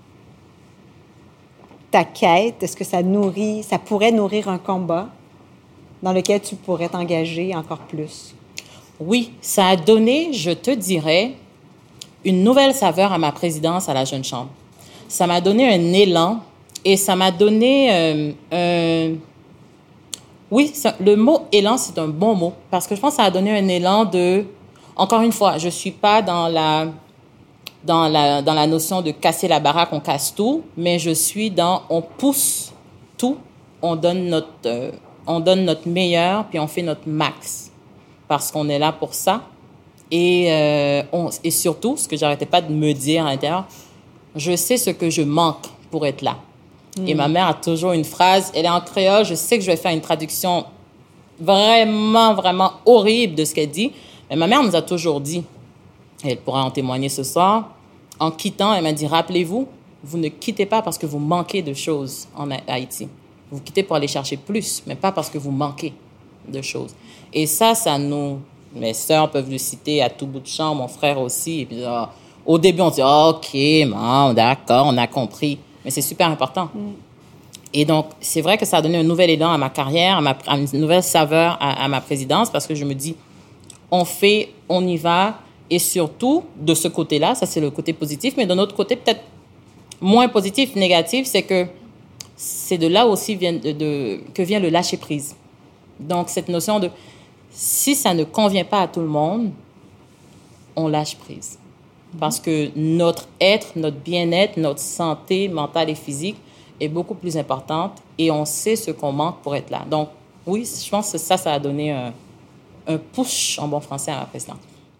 ta quête? Est-ce que ça nourrit, ça pourrait nourrir un combat dans lequel tu pourrais t'engager encore plus?
Oui, ça a donné, je te dirais, une nouvelle saveur à ma présidence à la Jeune Chambre. Ça m'a donné un élan et ça m'a donné euh, un... Oui, ça, le mot « élan », c'est un bon mot parce que je pense que ça a donné un élan de... Encore une fois, je ne suis pas dans la... Dans la, dans la notion de casser la baraque, on casse tout, mais je suis dans on pousse tout, on donne notre, euh, on donne notre meilleur, puis on fait notre max, parce qu'on est là pour ça. Et, euh, on, et surtout, ce que j'arrêtais pas de me dire à l'intérieur, je sais ce que je manque pour être là. Mmh. Et ma mère a toujours une phrase, elle est en créole, je sais que je vais faire une traduction vraiment, vraiment horrible de ce qu'elle dit, mais ma mère nous a toujours dit, elle pourra en témoigner ce soir. En quittant, elle m'a dit, rappelez-vous, vous ne quittez pas parce que vous manquez de choses en Haïti. Vous quittez pour aller chercher plus, mais pas parce que vous manquez de choses. Et ça, ça nous... Mes sœurs peuvent le citer à tout bout de champ, mon frère aussi. Et puis, oh, au début, on dit, oh, OK, bon, d'accord, on a compris. Mais c'est super important. Mm. Et donc, c'est vrai que ça a donné un nouvel élan à ma carrière, à, ma, à une nouvelle saveur à, à ma présidence, parce que je me dis, on fait, on y va... Et surtout, de ce côté-là, ça c'est le côté positif, mais d'un autre côté, peut-être moins positif, négatif, c'est que c'est de là aussi vient de, de, que vient le lâcher-prise. Donc, cette notion de si ça ne convient pas à tout le monde, on lâche prise. Parce que notre être, notre bien-être, notre santé mentale et physique est beaucoup plus importante et on sait ce qu'on manque pour être là. Donc, oui, je pense que ça, ça a donné un, un push en bon français à ma présidente.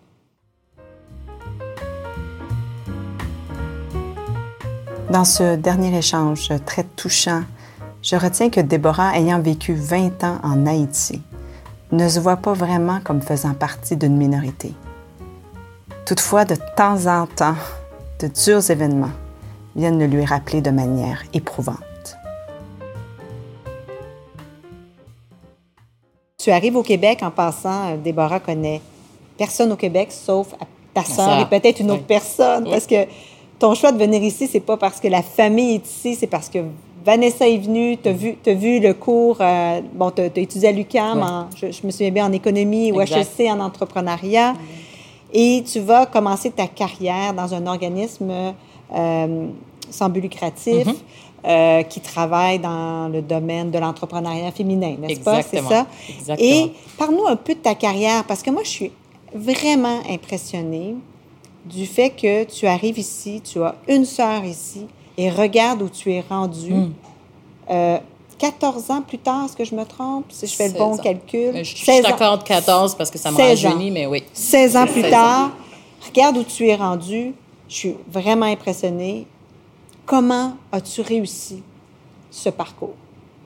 Dans ce dernier échange très touchant, je retiens que Déborah, ayant vécu vingt ans en Haïti, ne se voit pas vraiment comme faisant partie d'une minorité. Toutefois, de temps en temps, de durs événements viennent le lui rappeler de manière éprouvante.
Tu arrives au Québec en passant, Déborah connaît personne au Québec sauf ta sœur et peut-être une autre oui. personne, oui. parce que ton choix de venir ici, c'est pas parce que la famille est ici, c'est parce que Vanessa est venue, tu as vu, t'as vu le cours, euh, bon, tu as étudié à l'U Q A M, oui. en, je, je me souviens bien, en économie, ou H E C en entrepreneuriat. Oui. Et tu vas commencer ta carrière dans un organisme euh, sans but lucratif mm-hmm. euh, qui travaille dans le domaine de l'entrepreneuriat féminin, n'est-ce
Exactement.
pas? C'est ça?
Exactement.
Et parle-nous un peu de ta carrière, parce que moi, je suis vraiment impressionnée du fait que tu arrives ici, tu as une sœur ici, et regarde où tu es rendue. Mm. Euh, quatorze ans plus tard, est-ce que je me trompe, si je fais le bon
ans.
calcul?
Je suis d'accord de quatorze parce que ça me rajeunit, mais oui.
seize ans plus seize tard, ans. Regarde où tu es rendu. Je suis vraiment impressionnée. Comment as-tu réussi ce parcours?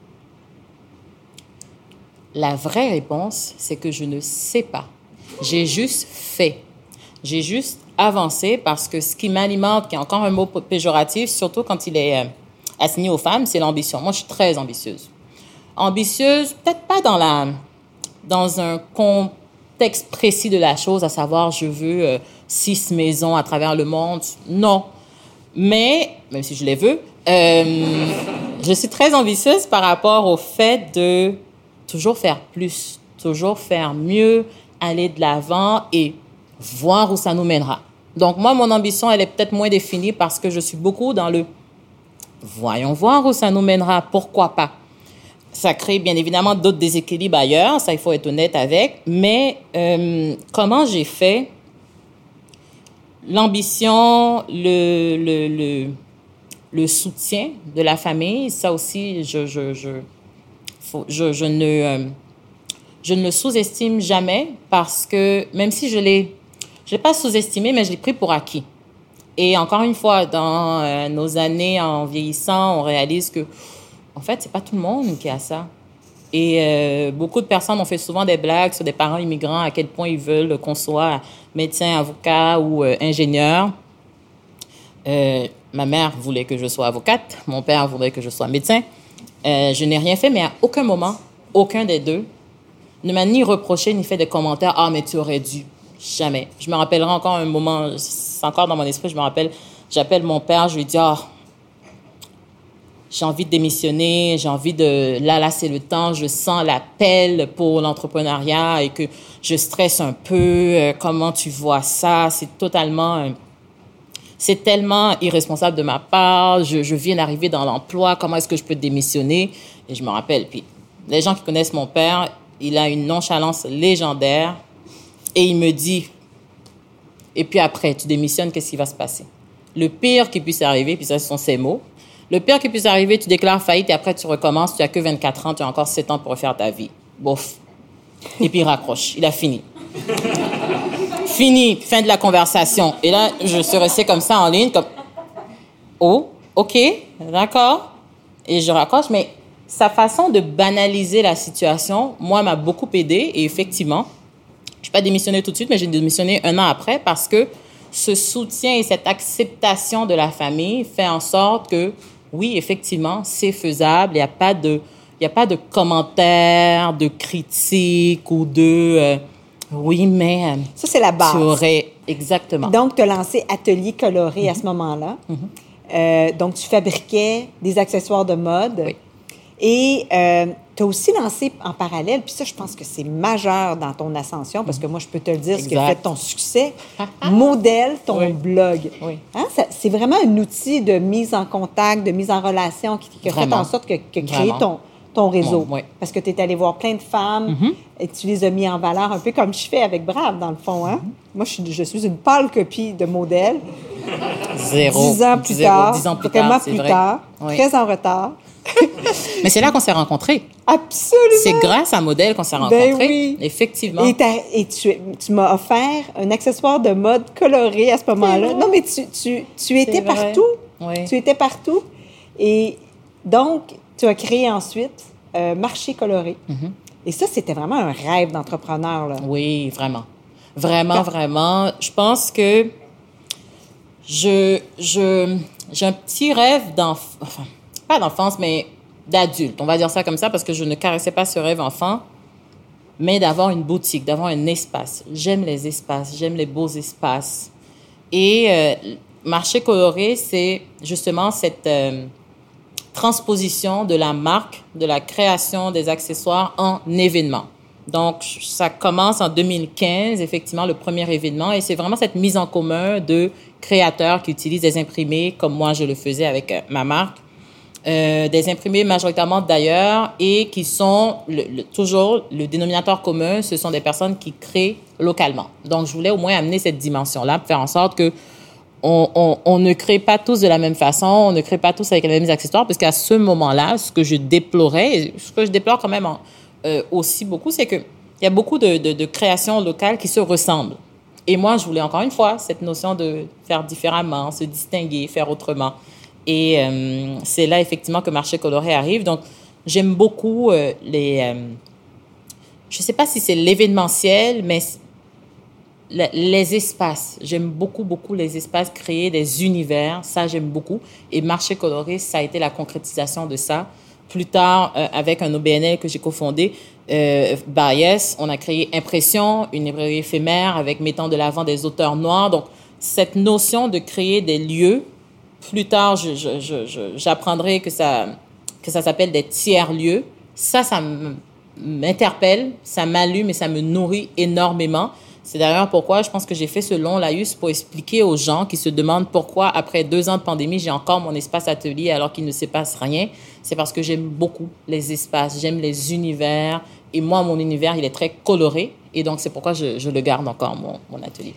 La vraie réponse, c'est que je ne sais pas. J'ai juste fait. J'ai juste avancé parce que ce qui m'alimente, qui est encore un mot péjoratif, surtout quand il est... Euh, assigné aux femmes, c'est l'ambition. Moi, je suis très ambitieuse. Ambitieuse, peut-être pas dans, la, dans un contexte précis de la chose, à savoir, je veux euh, six maisons à travers le monde. Non. Mais, même si je les veux, euh, je suis très ambitieuse par rapport au fait de toujours faire plus, toujours faire mieux, aller de l'avant et voir où ça nous mènera. Donc, moi, mon ambition, elle est peut-être moins définie parce que je suis beaucoup dans le voyons voir où ça nous mènera, pourquoi pas. Ça crée bien évidemment d'autres déséquilibres ailleurs, ça il faut être honnête avec, mais euh, comment j'ai fait? L'ambition, le, le, le, le soutien de la famille, ça aussi, je, je, je, faut, je, je, ne, euh, je ne le sous-estime jamais parce que même si je l'ai, je l'ai pas sous-estimé, mais je l'ai pris pour acquis. Et encore une fois, dans euh, nos années en vieillissant, on réalise que, en fait, c'est pas tout le monde qui a ça. Et euh, beaucoup de personnes ont fait souvent des blagues sur des parents immigrants, à quel point ils veulent qu'on soit médecin, avocat ou euh, ingénieur. Euh, ma mère voulait que je sois avocate, mon père voulait que je sois médecin. Euh, je n'ai rien fait, mais à aucun moment, aucun des deux ne m'a ni reproché ni fait des commentaires « Ah, mais tu aurais dû ». Jamais. Je me rappellerai encore un moment, c'est encore dans mon esprit, je me rappelle, j'appelle mon père, je lui dis, ah, oh, j'ai envie de démissionner, j'ai envie de, là, là, c'est le temps, je sens l'appel pour l'entrepreneuriat et que je stresse un peu, euh, comment tu vois ça, c'est totalement, euh, c'est tellement irresponsable de ma part, je, je viens d'arriver dans l'emploi, comment est-ce que je peux démissionner? Et je me rappelle, puis les gens qui connaissent mon père, il a une nonchalance légendaire. Et il me dit, et puis après, tu démissionnes, qu'est-ce qui va se passer? Le pire qui puisse arriver, puis ça, ce sont ses mots, le pire qui puisse arriver, tu déclares faillite et après, tu recommences, tu n'as que vingt-quatre ans, tu as encore sept ans pour refaire ta vie. Bof. Et puis, il raccroche. Il a fini. Fini. Fin de la conversation. Et là, je suis restée comme ça en ligne, comme, oh, OK, d'accord. Et je raccroche, mais sa façon de banaliser la situation, moi, m'a beaucoup aidée et effectivement, je n'ai pas démissionné tout de suite, mais j'ai démissionné un an après parce que ce soutien et cette acceptation de la famille fait en sorte que, oui, effectivement, c'est faisable. Il n'y a pas de, il n'y a pas de commentaires, de critiques ou de euh, oui, mais. Euh,
Ça, c'est la base.
Tu aurais. Exactement.
Donc, tu as lancé Atelier Coloré mm-hmm. à ce moment-là. Mm-hmm. Euh, donc, tu fabriquais des accessoires de mode.
Oui.
Et euh, tu as aussi lancé en parallèle, puis ça, je pense que c'est majeur dans ton ascension, parce que moi, je peux te le dire, exact. Ce qui a fait ton succès, modèle ton oui. blog.
Oui.
Hein, ça, c'est vraiment un outil de mise en contact, de mise en relation qui, qui a fait en sorte que, que créer ton, ton réseau.
Oui.
Parce que tu es allé voir plein de femmes mm-hmm. et tu les as mis en valeur, un peu comme je fais avec Brave, dans le fond. Hein? Mm-hmm. Moi, je suis, je suis une pâle copie de modèle.
Zéro.
Dix ans plus
Zéro.
tard.
Dix ans plus
vraiment
tard,
plus vrai. tard. Oui. Très en retard.
Mais c'est là qu'on s'est rencontrés.
Absolument.
C'est grâce à Modèle qu'on s'est rencontrés.
Ben oui.
Effectivement.
Et, et tu, tu m'as offert un accessoire de mode coloré à ce moment-là. Non, mais tu, tu, tu étais partout.
Oui.
Tu étais partout. Et donc, tu as créé ensuite euh, Marché coloré. Mm-hmm. Et ça, c'était vraiment un rêve d'entrepreneur, là.
Oui, vraiment. Vraiment, Quand... vraiment. Je pense que je, je, j'ai un petit rêve d'enfant. Enfin, pas d'enfance, mais d'adulte. On va dire ça comme ça parce que je ne caressais pas ce rêve enfant, mais d'avoir une boutique, d'avoir un espace. J'aime les espaces, j'aime les beaux espaces. Et euh, Marché coloré, c'est justement cette euh, transposition de la marque, de la création des accessoires en événement. Donc, ça commence en deux mille quinze, effectivement, le premier événement. Et c'est vraiment cette mise en commun de créateurs qui utilisent des imprimés, comme moi, je le faisais avec euh, ma marque. Euh, des imprimés majoritairement d'ailleurs, et qui sont le, le, toujours le dénominateur commun, ce sont des personnes qui créent localement. Donc, je voulais au moins amener cette dimension-là pour faire en sorte que on, on, on ne crée pas tous de la même façon, on ne crée pas tous avec les mêmes accessoires, parce qu'à ce moment-là, ce que je déplorais, ce que je déplore quand même en, euh, aussi beaucoup, c'est qu'il y a beaucoup de, de, de créations locales qui se ressemblent. Et moi, je voulais encore une fois cette notion de faire différemment, se distinguer, faire autrement. Et euh, c'est là, effectivement, que Marché coloré arrive. Donc, j'aime beaucoup euh, les... Euh, je ne sais pas si c'est l'événementiel, mais la, les espaces. J'aime beaucoup, beaucoup les espaces, créer des univers. Ça, j'aime beaucoup. Et Marché coloré, ça a été la concrétisation de ça. Plus tard, euh, avec un O B N L que j'ai cofondé, euh, Baïs, on a créé Impression, une librairie éphémère avec mettant de l'avant des auteurs noirs. Donc, cette notion de créer des lieux. Plus tard, je, je, je, je, j'apprendrai que ça, que ça s'appelle des tiers-lieux. Ça, ça m'interpelle, ça m'allume et ça me nourrit énormément. C'est d'ailleurs pourquoi je pense que j'ai fait ce long laïus pour expliquer aux gens qui se demandent pourquoi, après deux ans de pandémie, j'ai encore mon espace atelier alors qu'il ne se passe rien. C'est parce que j'aime beaucoup les espaces, j'aime les univers. Et moi, mon univers, il est très coloré. Et donc, c'est pourquoi je, je le garde encore, mon, mon atelier.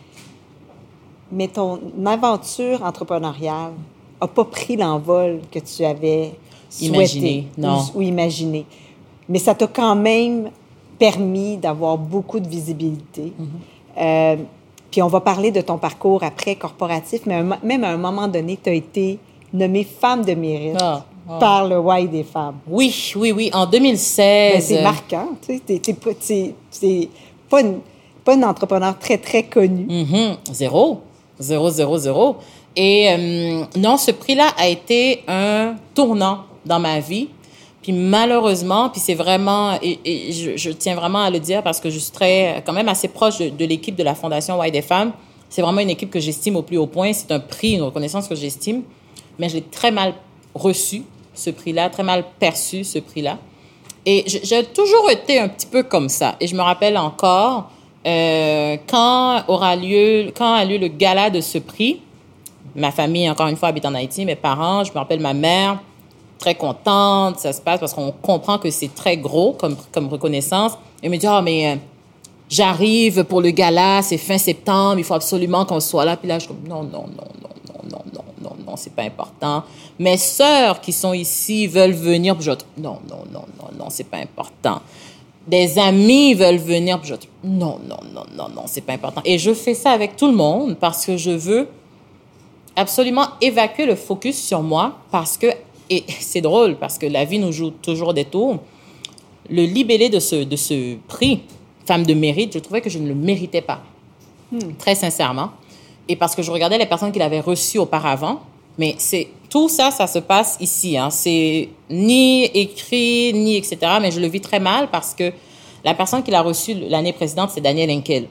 Mais ton aventure entrepreneuriale n'a pas pris l'envol que tu avais souhaité
imaginé, non.
Ou, ou imaginé. Mais ça t'a quand même permis d'avoir beaucoup de visibilité. Mm-hmm. Euh, puis on va parler de ton parcours après corporatif, mais un, même à un moment donné, tu as été nommée femme de mérite ah, ah. par le Y des femmes.
Oui, oui, oui. En deux mille seize...
Ben, c'est marquant. Tu sais, t'es, t'es, t'es, t'es pas, une, pas une entrepreneur très, très connue.
Mm-hmm. Zéro. Zéro, zéro, zéro. Et euh, non, ce prix-là a été un tournant dans ma vie. Puis malheureusement, puis c'est vraiment, et, et je, je tiens vraiment à le dire parce que je suis très, quand même assez proche de, de l'équipe de la Fondation Y des femmes. C'est vraiment une équipe que j'estime au plus haut point. C'est un prix, une reconnaissance que j'estime. Mais je l'ai très mal reçu, ce prix-là, très mal perçu, ce prix-là. Et je, j'ai toujours été un petit peu comme ça. Et je me rappelle encore... Euh, quand aura lieu, quand a lieu le gala de ce prix, ma famille, encore une fois, habite en Haïti, mes parents, je me rappelle ma mère, très contente, ça se passe parce qu'on comprend que c'est très gros comme, comme reconnaissance. Elle me dit, ah, oh, mais euh, j'arrive pour le gala, c'est fin septembre, il faut absolument qu'on soit là. Puis là, je dis, non, non, non, non, non, non, non, non, non, c'est pas important. Mes sœurs qui sont ici veulent venir, puis je dis, non, non, non, non, non, c'est pas important. Des amis veulent venir, puis je dis, non, non, non, non, non, c'est pas important. Et je fais ça avec tout le monde parce que je veux absolument évacuer le focus sur moi parce que, et c'est drôle parce que la vie nous joue toujours des tours, le libellé de ce, de ce prix, Femme de mérite, je trouvais que je ne le méritais pas, hmm. très sincèrement. Et parce que je regardais les personnes qui l'avaient reçu auparavant, mais c'est tout ça, ça se passe ici. Hein. C'est ni écrit, ni et cetera. Mais je le vis très mal parce que la personne qui l'a reçu l'année précédente, c'est Daniel Henkel.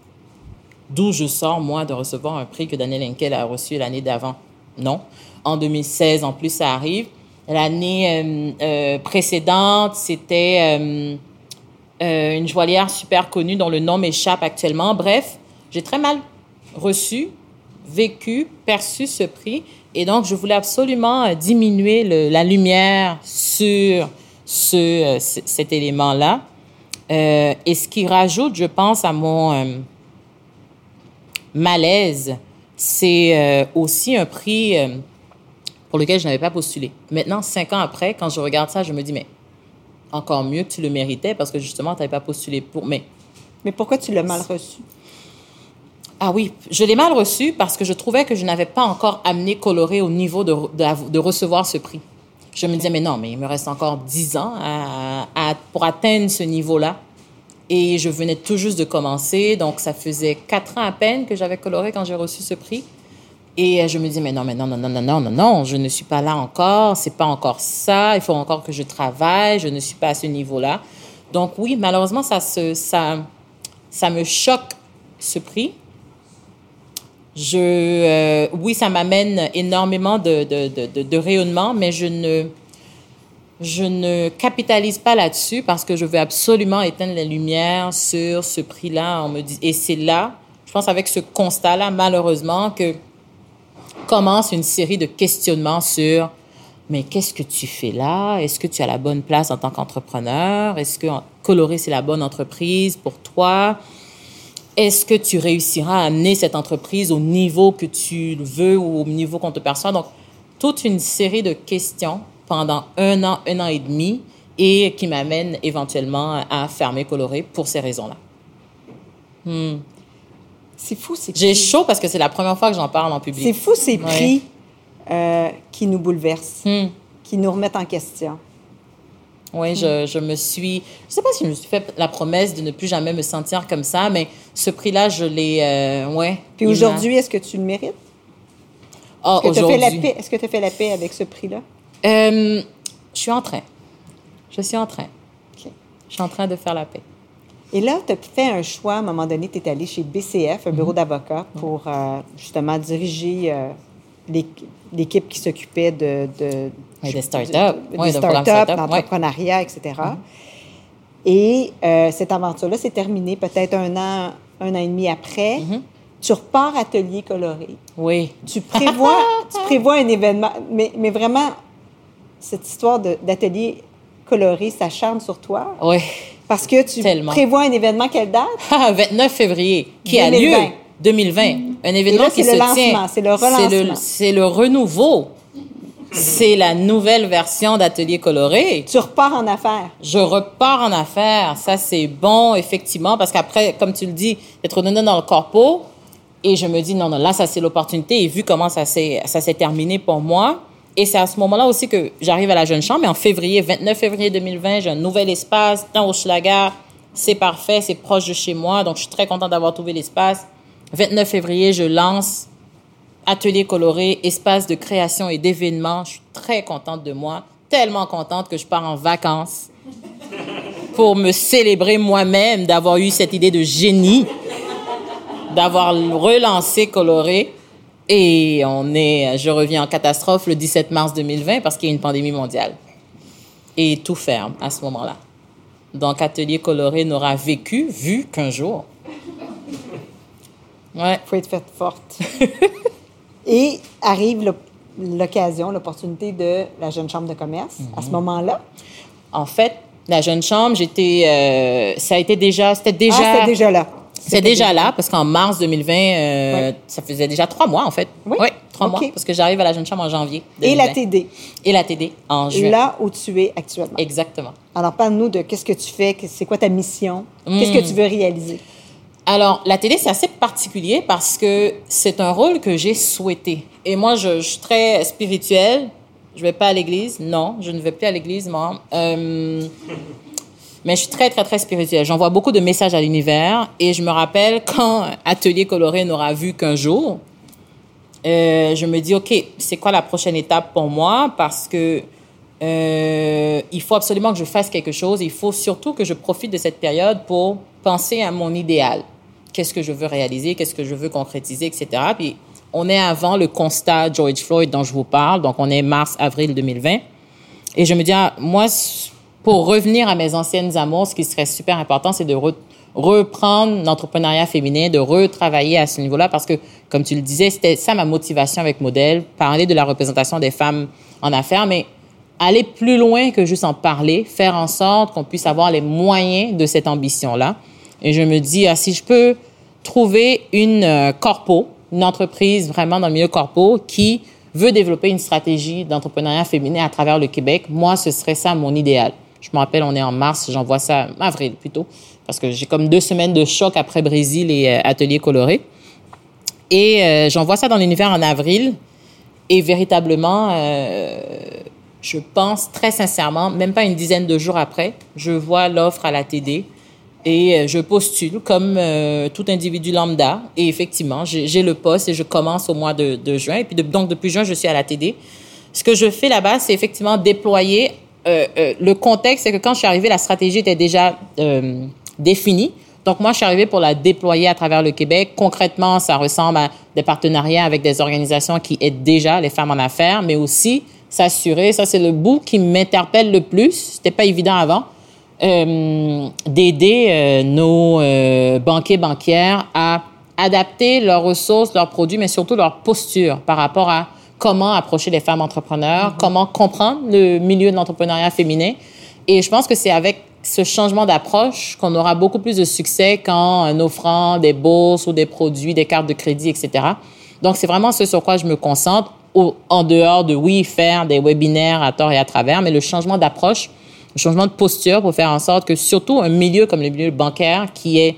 D'où je sors, moi, de recevoir un prix que Daniel Henkel a reçu l'année d'avant. Non. En deux mille seize, en plus, ça arrive. L'année euh, euh, précédente, c'était euh, euh, une joaillière super connue dont le nom m'échappe actuellement. Bref, j'ai très mal reçu, vécu, perçu ce prix. Et donc, je voulais absolument diminuer le, la lumière sur ce, euh, c- cet élément-là. Euh, et ce qui rajoute, je pense, à mon euh, malaise, c'est euh, aussi un prix euh, pour lequel je n'avais pas postulé. Maintenant, cinq ans après, quand je regarde ça, je me dis, mais encore mieux que tu le méritais parce que justement, tu n'avais pas postulé pour... Mais,
mais pourquoi tu l'as mal reçu?
Ah oui, je l'ai mal reçu parce que je trouvais que je n'avais pas encore amené Coloré au niveau de, de, de recevoir ce prix. Je me disais, mais non, mais il me reste encore dix ans à, à, pour atteindre ce niveau-là. Et je venais tout juste de commencer, donc ça faisait quatre ans à peine que j'avais Coloré quand j'ai reçu ce prix. Et je me disais, mais non, mais non, non, non, non, non, non, non, je ne suis pas là encore, c'est pas encore ça, il faut encore que je travaille, je ne suis pas à ce niveau-là. Donc oui, malheureusement, ça, se, ça, ça me choque, ce prix. Je, euh, oui, ça m'amène énormément de, de, de, de, de rayonnement, mais je ne, je ne capitalise pas là-dessus parce que je veux absolument éteindre la lumière sur ce prix-là. On me dit, et c'est là, je pense avec ce constat-là, malheureusement, que commence une série de questionnements sur mais qu'est-ce que tu fais là? Est-ce que tu as la bonne place en tant qu'entrepreneur? Est-ce que Coloré, c'est la bonne entreprise pour toi? Est-ce que tu réussiras à amener cette entreprise au niveau que tu veux ou au niveau qu'on te perçoit? Donc, toute une série de questions pendant un an, un an et demi et qui m'amènent éventuellement à fermer Coloré pour ces raisons-là. Hmm.
C'est fou, c'est
J'ai chaud parce que c'est la première fois que j'en parle en public.
C'est fou, ces prix
ouais.
euh, qui nous bouleversent,
hmm.
qui nous remettent en question.
Oui, je, je me suis... Je ne sais pas si je me suis fait la promesse de ne plus jamais me sentir comme ça, mais ce prix-là, je l'ai... Euh, ouais,
Puis aujourd'hui, est-ce que tu le mérites?
Oh,
est-ce que tu as fait la paix?
Est-ce
que tu as fait la paix avec ce prix-là?
Euh, je suis en train. Je suis en train.
Okay.
Je suis en train de faire la paix.
Et là, tu as fait un choix. À un moment donné, tu es allé chez B C F, un bureau mm-hmm. d'avocats, pour euh, justement diriger euh, l'équipe qui s'occupait de... de
Oui, des startups.
De, de,
oui,
des startups, start d'entrepreneuriat, ouais. et cetera. Mm-hmm. Et euh, cette aventure-là s'est terminée peut-être un an, un an et demi après. Mm-hmm. Tu repars Atelier Coloré.
Oui.
Tu prévois, tu prévois un événement, mais, mais vraiment, cette histoire de, d'Atelier Coloré s'acharne sur toi.
Oui.
Parce que tu
Tellement.
prévois un événement, quelle date?
vingt-neuf février, qui
deux mille vingt.
A lieu deux mille vingt. Mm. Un événement
là,
qui
se
le
lancement,
tient.
C'est le relancement.
C'est le, c'est le renouveau. C'est la nouvelle version d'Atelier Coloré.
Tu repars en affaires.
Je repars en affaires. Ça, c'est bon, effectivement, parce qu'après, comme tu le dis, d'être donné dans le corpo, et je me dis, non, non, là, ça, c'est l'opportunité. Et vu comment ça s'est, ça s'est terminé pour moi, et c'est à ce moment-là aussi que j'arrive à la Jeune Chambre. Et en février, vingt-neuf février deux mille vingt, j'ai un nouvel espace dans Hochelaga. C'est parfait, c'est proche de chez moi. Donc, je suis très contente d'avoir trouvé l'espace. vingt-neuf février, je lance Atelier Coloré, espace de création et d'événements. Je suis très contente de moi. Tellement contente que je pars en vacances pour me célébrer moi-même d'avoir eu cette idée de génie, d'avoir relancé Coloré. Et on est, je reviens en catastrophe le dix-sept mars deux mille vingt parce qu'il y a une pandémie mondiale. Et tout ferme à ce moment-là. Donc, Atelier Coloré n'aura vécu, vu qu'un jour. Ouais.
Il faut être faite forte. Et arrive l'occasion, l'opportunité de la Jeune Chambre de commerce. Mm-hmm. À ce moment-là?
En fait, la Jeune Chambre, j'étais... Euh, ça a été déjà... C'était déjà...
Ah, c'était déjà là.
C'était déjà, déjà là, parce qu'en mars deux mille vingt, euh, oui. ça faisait déjà trois mois, en fait.
Oui?
Oui, trois
okay.
mois, parce que j'arrive à la Jeune Chambre en janvier deux mille
vingt. Et la T D.
Et la T D, en juin.
Là où tu es actuellement.
Exactement.
Alors, parle-nous de qu'est-ce que tu fais, c'est quoi ta mission, mmh. qu'est-ce que tu veux réaliser?
Alors, la T D, c'est assez particulier parce que c'est un rôle que j'ai souhaité. Et moi, je, je suis très spirituelle. Je ne vais pas à l'église. Non, je ne vais plus à l'église, moi. Euh, mais je suis très, très, très spirituelle. J'envoie beaucoup de messages à l'univers. Et je me rappelle quand Atelier Coloré n'aura vu qu'un jour, euh, je me dis, OK, c'est quoi la prochaine étape pour moi? Parce que euh, il faut absolument que je fasse quelque chose. Il faut surtout que je profite de cette période pour penser à mon idéal. Qu'est-ce que je veux réaliser? Qu'est-ce que je veux concrétiser, et cetera. Puis, on est avant le constat George Floyd dont je vous parle. Donc, on est mars-avril deux mille vingt. Et je me dis, ah, moi, pour revenir à mes anciennes amours, ce qui serait super important, c'est de re- reprendre l'entrepreneuriat féminin, de retravailler à ce niveau-là. Parce que, comme tu le disais, c'était ça ma motivation avec Modèle, parler de la représentation des femmes en affaires, mais aller plus loin que juste en parler, faire en sorte qu'on puisse avoir les moyens de cette ambition-là. Et je me dis, ah, si je peux trouver une euh, corpo, une entreprise vraiment dans le milieu corpo qui veut développer une stratégie d'entrepreneuriat féminin à travers le Québec, moi, ce serait ça mon idéal. Je me rappelle, on est en mars, j'envoie ça, avril plutôt, parce que j'ai comme deux semaines de choc après Brésil et euh, Atelier Coloré. Et euh, j'envoie ça dans l'univers en avril. Et véritablement, euh, je pense très sincèrement, même pas une dizaine de jours après, je vois l'offre à la T D. Et je postule comme euh, tout individu lambda. Et effectivement, j'ai, j'ai le poste et je commence au mois de, de juin. Et puis, de, donc, depuis juin, je suis à la T D. Ce que je fais là-bas, c'est effectivement déployer. Euh, euh, le contexte, c'est que quand je suis arrivée, la stratégie était déjà euh, définie. Donc, moi, je suis arrivée pour la déployer à travers le Québec. Concrètement, ça ressemble à des partenariats avec des organisations qui aident déjà les femmes en affaires, mais aussi, s'assurer, ça c'est le bout qui m'interpelle le plus, c'était pas évident avant, euh, d'aider euh, nos euh, banquiers, banquières à adapter leurs ressources, leurs produits, mais surtout leur posture par rapport à comment approcher les femmes entrepreneurs, mm-hmm. comment comprendre le milieu de l'entrepreneuriat féminin. Et je pense que c'est avec ce changement d'approche qu'on aura beaucoup plus de succès qu'en offrant des bourses ou des produits, des cartes de crédit, et cetera. Donc, c'est vraiment ce sur quoi je me concentre, au, en dehors de, oui, faire des webinaires à tort et à travers, mais le changement d'approche, le changement de posture pour faire en sorte que, surtout un milieu comme le milieu bancaire, qui est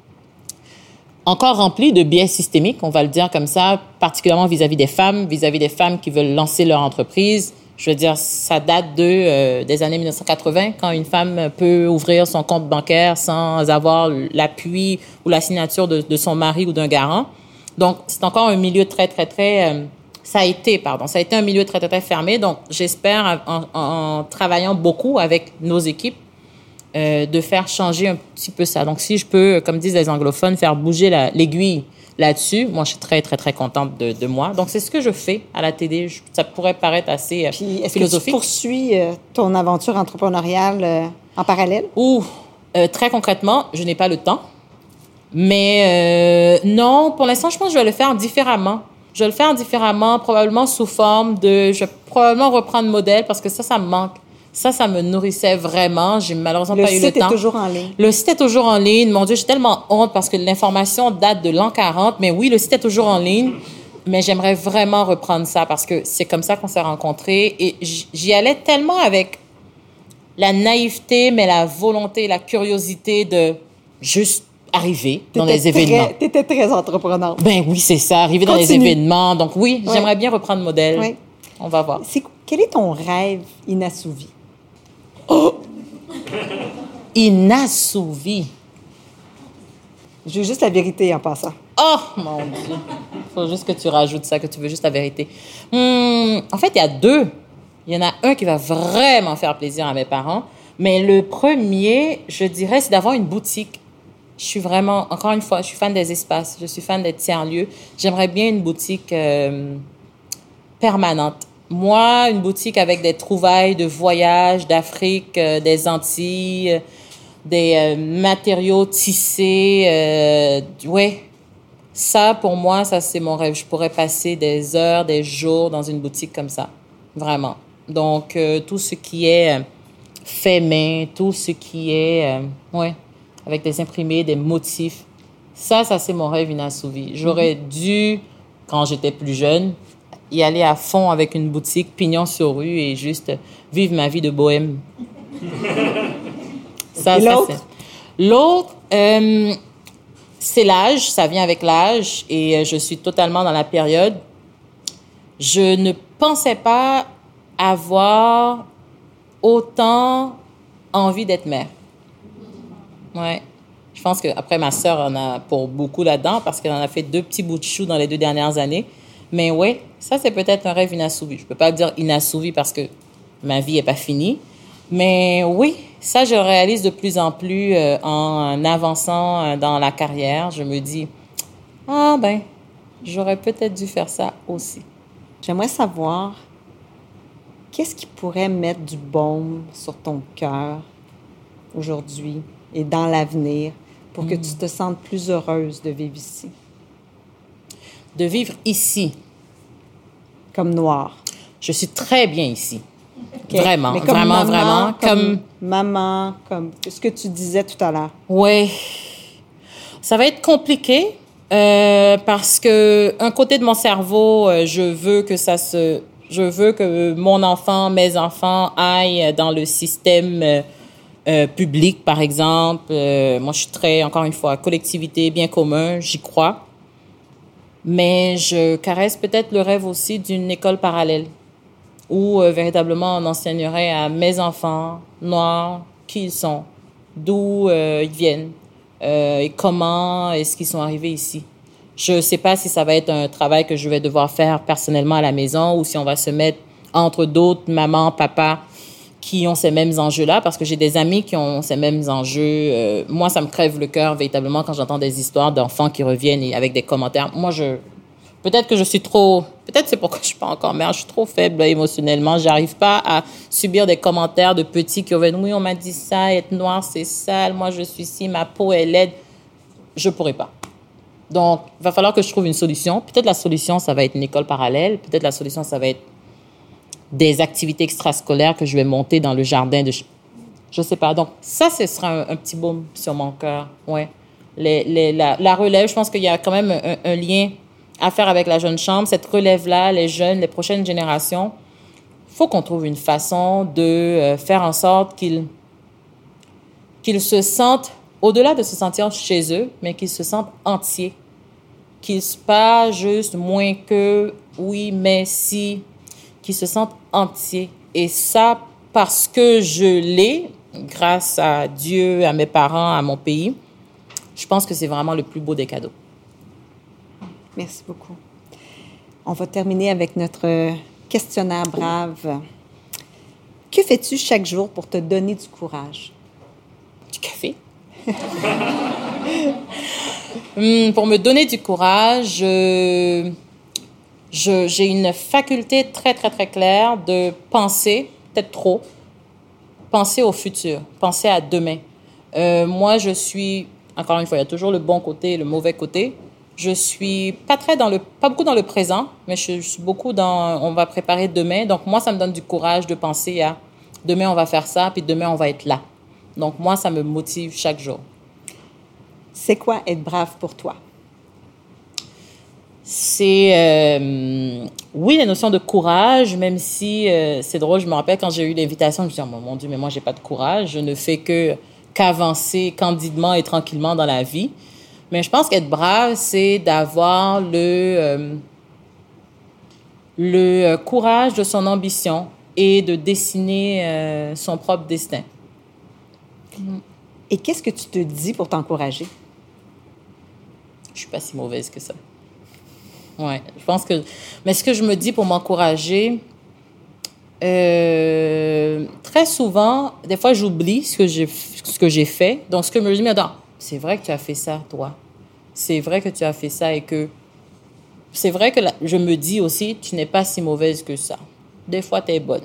encore rempli de biais systémiques, on va le dire comme ça, particulièrement vis-à-vis des femmes, vis-à-vis des femmes qui veulent lancer leur entreprise. Je veux dire, ça date de, euh, des années dix-neuf cent quatre-vingts, quand une femme peut ouvrir son compte bancaire sans avoir l'appui ou la signature de, de son mari ou d'un garant. Donc, c'est encore un milieu très, très, très... Euh, ça a été, pardon, ça a été un milieu très, très, très fermé. Donc, j'espère, en, en, en travaillant beaucoup avec nos équipes, euh, de faire changer un petit peu ça. Donc, si je peux, comme disent les anglophones, faire bouger la, l'aiguille là-dessus, moi, je suis très, très, très contente de, de moi. Donc, c'est ce que je fais à la T D. Je, ça pourrait paraître assez euh,
Puis, est-ce
philosophique.
que tu poursuis euh, ton aventure entrepreneuriale euh, en parallèle?
Ouh, euh, très concrètement, je n'ai pas le temps. Mais euh, non, pour l'instant, je pense que je vais le faire différemment. Je vais le faire différemment, probablement sous forme de... Je vais probablement reprendre modèle parce que ça, ça me manque. Ça, ça me nourrissait vraiment. J'ai malheureusement
le
pas eu le temps.
Le site est toujours en ligne.
Le site est toujours en ligne. Mon Dieu, j'ai tellement honte parce que l'information date de l'an quarante. Mais oui, le site est toujours en ligne. Mais j'aimerais vraiment reprendre ça parce que c'est comme ça qu'on s'est rencontrés. Et j'y allais tellement avec la naïveté, mais la volonté, la curiosité de juste arriver dans les événements.
Tu étais très entreprenante.
Ben oui, c'est ça, arriver Continue. dans les événements. Donc oui, oui. j'aimerais bien reprendre modèle. Oui. On va voir.
C'est, quel est ton rêve inassouvi?
Oh! Inassouvi.
Je veux juste la vérité en passant.
Oh, mon Dieu. Il faut juste que tu rajoutes ça, que tu veux juste la vérité. Hum, en fait, il y a deux. Il y en a un qui va vraiment faire plaisir à mes parents. Mais le premier, je dirais, c'est d'avoir une boutique. Je suis vraiment, encore une fois, je suis fan des espaces. Je suis fan des tiers-lieux. J'aimerais bien une boutique euh, permanente. Moi, une boutique avec des trouvailles de voyage, d'Afrique, euh, des Antilles, euh, des euh, matériaux tissés. Euh, ouais, ça, pour moi, ça, c'est mon rêve. Je pourrais passer des heures, des jours dans une boutique comme ça. Vraiment. Donc, euh, tout ce qui est euh, fait main, tout ce qui est... Euh, ouais. avec des imprimés, des motifs. Ça, ça, c'est mon rêve inassouvi. J'aurais dû, quand j'étais plus jeune, y aller à fond avec une boutique, pignon sur rue, et juste vivre ma vie de bohème. ça,
et
ça,
l'autre?
C'est... L'autre, euh, c'est l'âge. Ça vient avec l'âge, et je suis totalement dans la période. Je ne pensais pas avoir autant envie d'être mère. Ouais. Je pense qu'après, ma sœur en a pour beaucoup là-dedans parce qu'elle en a fait deux petits bouts de chou dans les deux dernières années. Mais oui, ça, c'est peut-être un rêve inassouvi. Je ne peux pas dire inassouvi parce que ma vie n'est pas finie. Mais oui, ça, je le réalise de plus en plus euh, en avançant euh, dans la carrière. Je me dis, ah ben, j'aurais peut-être dû faire ça aussi.
J'aimerais savoir, qu'est-ce qui pourrait mettre du baume sur ton cœur aujourd'hui et dans l'avenir pour mmh. que tu te sentes plus heureuse de vivre ici?
De vivre ici.
Comme Noire.
Je suis très bien ici. Okay. Vraiment,
Mais comme
vraiment,
maman,
vraiment.
Comme,
comme
maman, comme ce que tu disais tout à l'heure.
Oui. Ça va être compliqué euh, parce que un côté de mon cerveau, euh, je veux que ça se... Je veux que mon enfant, mes enfants aillent dans le système... Euh, Euh, public, par exemple. Euh, moi, je suis très, encore une fois, collectivité, bien commun, j'y crois. Mais je caresse peut-être le rêve aussi d'une école parallèle où euh, véritablement on enseignerait à mes enfants noirs qui ils sont, d'où euh, ils viennent euh, et comment est-ce qu'ils sont arrivés ici. Je ne sais pas si ça va être un travail que je vais devoir faire personnellement à la maison ou si on va se mettre entre d'autres mamans, papas, qui ont ces mêmes enjeux-là, parce que j'ai des amis qui ont ces mêmes enjeux. Euh, moi, ça me crève le cœur véritablement quand j'entends des histoires d'enfants qui reviennent et avec des commentaires. Moi, je Peut-être que je suis trop... Peut-être c'est pourquoi je suis pas encore mère. Je suis trop faible là, émotionnellement. J'arrive pas à subir des commentaires de petits qui viennent. Oui, on m'a dit ça, être noire, c'est sale. Moi, je suis ici, ma peau est laide. Je pourrais pas. Donc, il va falloir que je trouve une solution. Peut-être la solution, ça va être une école parallèle. Peut-être la solution, ça va être des activités extrascolaires que je vais monter dans le jardin de... Je sais pas. Donc, ça, ce sera un, un petit baume sur mon cœur. Ouais. Les, les, la, la relève, je pense qu'il y a quand même un, un lien à faire avec la jeune chambre. Cette relève-là, les jeunes, les prochaines générations, il faut qu'on trouve une façon de euh, faire en sorte qu'ils, qu'ils se sentent, au-delà de se sentir chez eux, mais qu'ils se sentent entiers. Qu'ils ne soient pas juste moins que, oui, mais si, qu'ils se sentent entiers. Et ça, parce que je l'ai, grâce à Dieu, à mes parents, à mon pays, je pense que c'est vraiment le plus beau des cadeaux.
Merci beaucoup. On va terminer avec notre questionnaire brave. Que fais-tu chaque jour pour te donner du courage?
Du café. hum, pour me donner du courage, je, je, j'ai une faculté très, très, très claire de penser, peut-être trop, penser au futur, penser à demain. Euh, moi, je suis... Encore une fois, il y a toujours le bon côté et le mauvais côté. Je suis pas très dans le, pas beaucoup dans le présent, mais je, je suis beaucoup dans, on va préparer demain. Donc, moi, ça me donne du courage de penser à demain, on va faire ça, puis demain, on va être là. Donc, moi, ça me motive chaque jour.
C'est quoi être brave pour toi?
C'est, euh, oui, la notion de courage, même si euh, c'est drôle, je me rappelle quand j'ai eu l'invitation, je me suis dit, oh, mon Dieu, mais moi, j'ai pas de courage. Je ne fais que qu'avancer candidement et tranquillement dans la vie. Mais je pense qu'être brave, c'est d'avoir le, euh, le courage de son ambition et de dessiner euh, son propre destin.
Et qu'est-ce que tu te dis pour t'encourager?
Je suis pas si mauvaise que ça. Ouais, je pense que... Mais ce que je me dis pour m'encourager... Euh, très souvent, des fois, j'oublie ce que j'ai, ce que j'ai fait. Donc, ce que je me dis, mais attends, c'est vrai que tu as fait ça, toi. C'est vrai que tu as fait ça et que... C'est vrai que la, je me dis aussi, tu n'es pas si mauvaise que ça. Des fois, tu es bonne.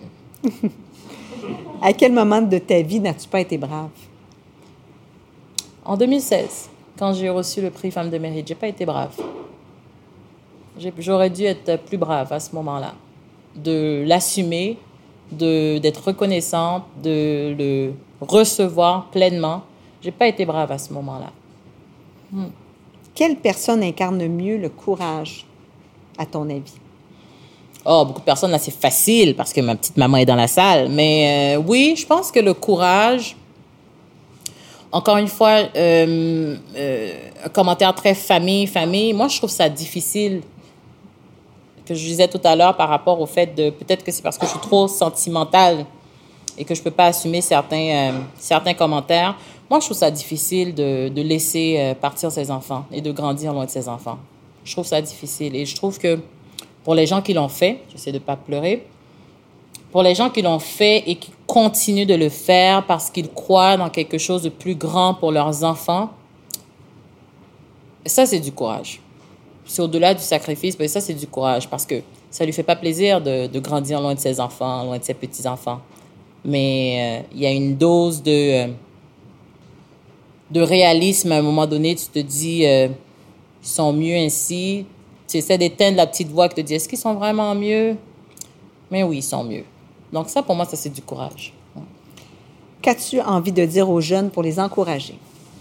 À quel moment de ta vie n'as-tu pas été brave?
En deux mille seize, quand j'ai reçu le prix Femme de mérite, j'ai pas été brave. J'ai, j'aurais dû être plus brave à ce moment-là. De l'assumer, de, d'être reconnaissante, de le recevoir pleinement. J'ai pas été brave à ce moment-là. Hmm.
Quelle personne incarne mieux le courage, à ton avis?
Oh, beaucoup de personnes, là, c'est facile parce que ma petite maman est dans la salle. Mais euh, oui, je pense que le courage, encore une fois, euh, euh, un commentaire très famille, famille, moi, je trouve ça difficile, que je disais tout à l'heure par rapport au fait de, peut-être que c'est parce que je suis trop sentimentale et que je peux pas assumer certains, euh, certains commentaires. Moi, je trouve ça difficile de, de laisser euh, partir ses enfants et de grandir loin de ses enfants. Je trouve ça difficile. Et je trouve que pour les gens qui l'ont fait, j'essaie de pas pleurer, pour les gens qui l'ont fait et qui continuent de le faire parce qu'ils croient dans quelque chose de plus grand pour leurs enfants, ça, c'est du courage. C'est au-delà du sacrifice, mais ça, c'est du courage parce que ça lui fait pas plaisir de, de grandir loin de ses enfants, loin de ses petits-enfants. Mais il euh, y a une dose de, euh, de réalisme à un moment donné. Tu te dis, euh, ils sont mieux ainsi. Tu essaies d'éteindre la petite voix qui te dit, est-ce qu'ils sont vraiment mieux? Mais oui, ils sont mieux. Donc ça, pour moi, ça, c'est du courage.
Qu'as-tu envie de dire aux jeunes pour les encourager?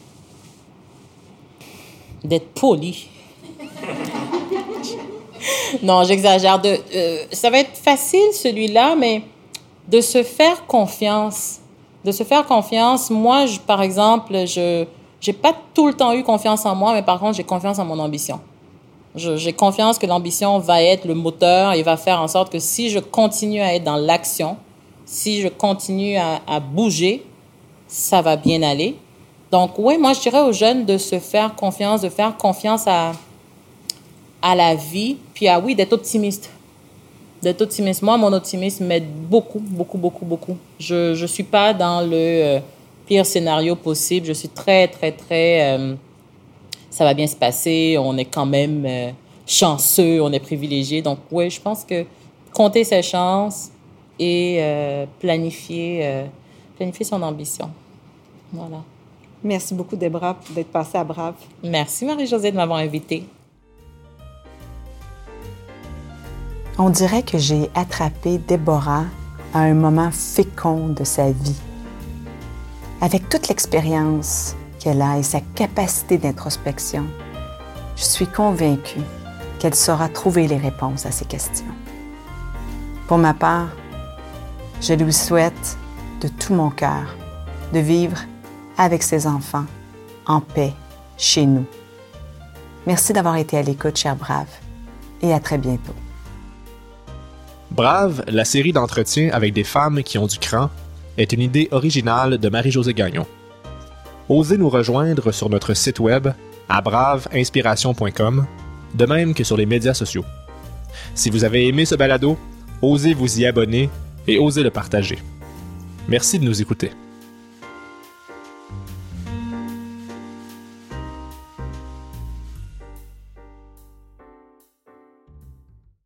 D'être poli. Non, j'exagère. De, euh, ça va être facile, celui-là, mais de se faire confiance. De se faire confiance. Moi, je, par exemple, je n'ai pas tout le temps eu confiance en moi, mais par contre, j'ai confiance en mon ambition. Je, j'ai confiance que l'ambition va être le moteur et va faire en sorte que si je continue à être dans l'action, si je continue à, à bouger, ça va bien aller. Donc, oui, moi, je dirais aux jeunes de se faire confiance, de faire confiance à, à la vie, puis à, oui, d'être optimiste. D'être optimiste. Moi, mon optimisme m'aide beaucoup, beaucoup, beaucoup, beaucoup. Je ne suis pas dans le euh, pire scénario possible. Je suis très, très, très... Euh, ça va bien se passer. On est quand même... Euh, chanceux, on est privilégié. Donc, oui, je pense que compter ses chances et euh, planifier, euh, planifier son ambition. Voilà.
Merci beaucoup, Déborah, d'être passée à Brave.
Merci, Marie-Josée, de m'avoir invitée.
On dirait que j'ai attrapé Déborah à un moment fécond de sa vie. Avec toute l'expérience qu'elle a et sa capacité d'introspection, je suis convaincue qu'elle saura trouver les réponses à ces questions. Pour ma part, je lui souhaite de tout mon cœur de vivre avec ses enfants en paix chez nous. Merci d'avoir été à l'écoute, chère Brave, et à très bientôt.
Brave, la série d'entretiens avec des femmes qui ont du cran, est une idée originale de Marie-Josée Gagnon. Osez nous rejoindre sur notre site web à brave inspiration point com, de même que sur les médias sociaux. Si vous avez aimé ce balado, osez vous y abonner et osez le partager. Merci de nous écouter.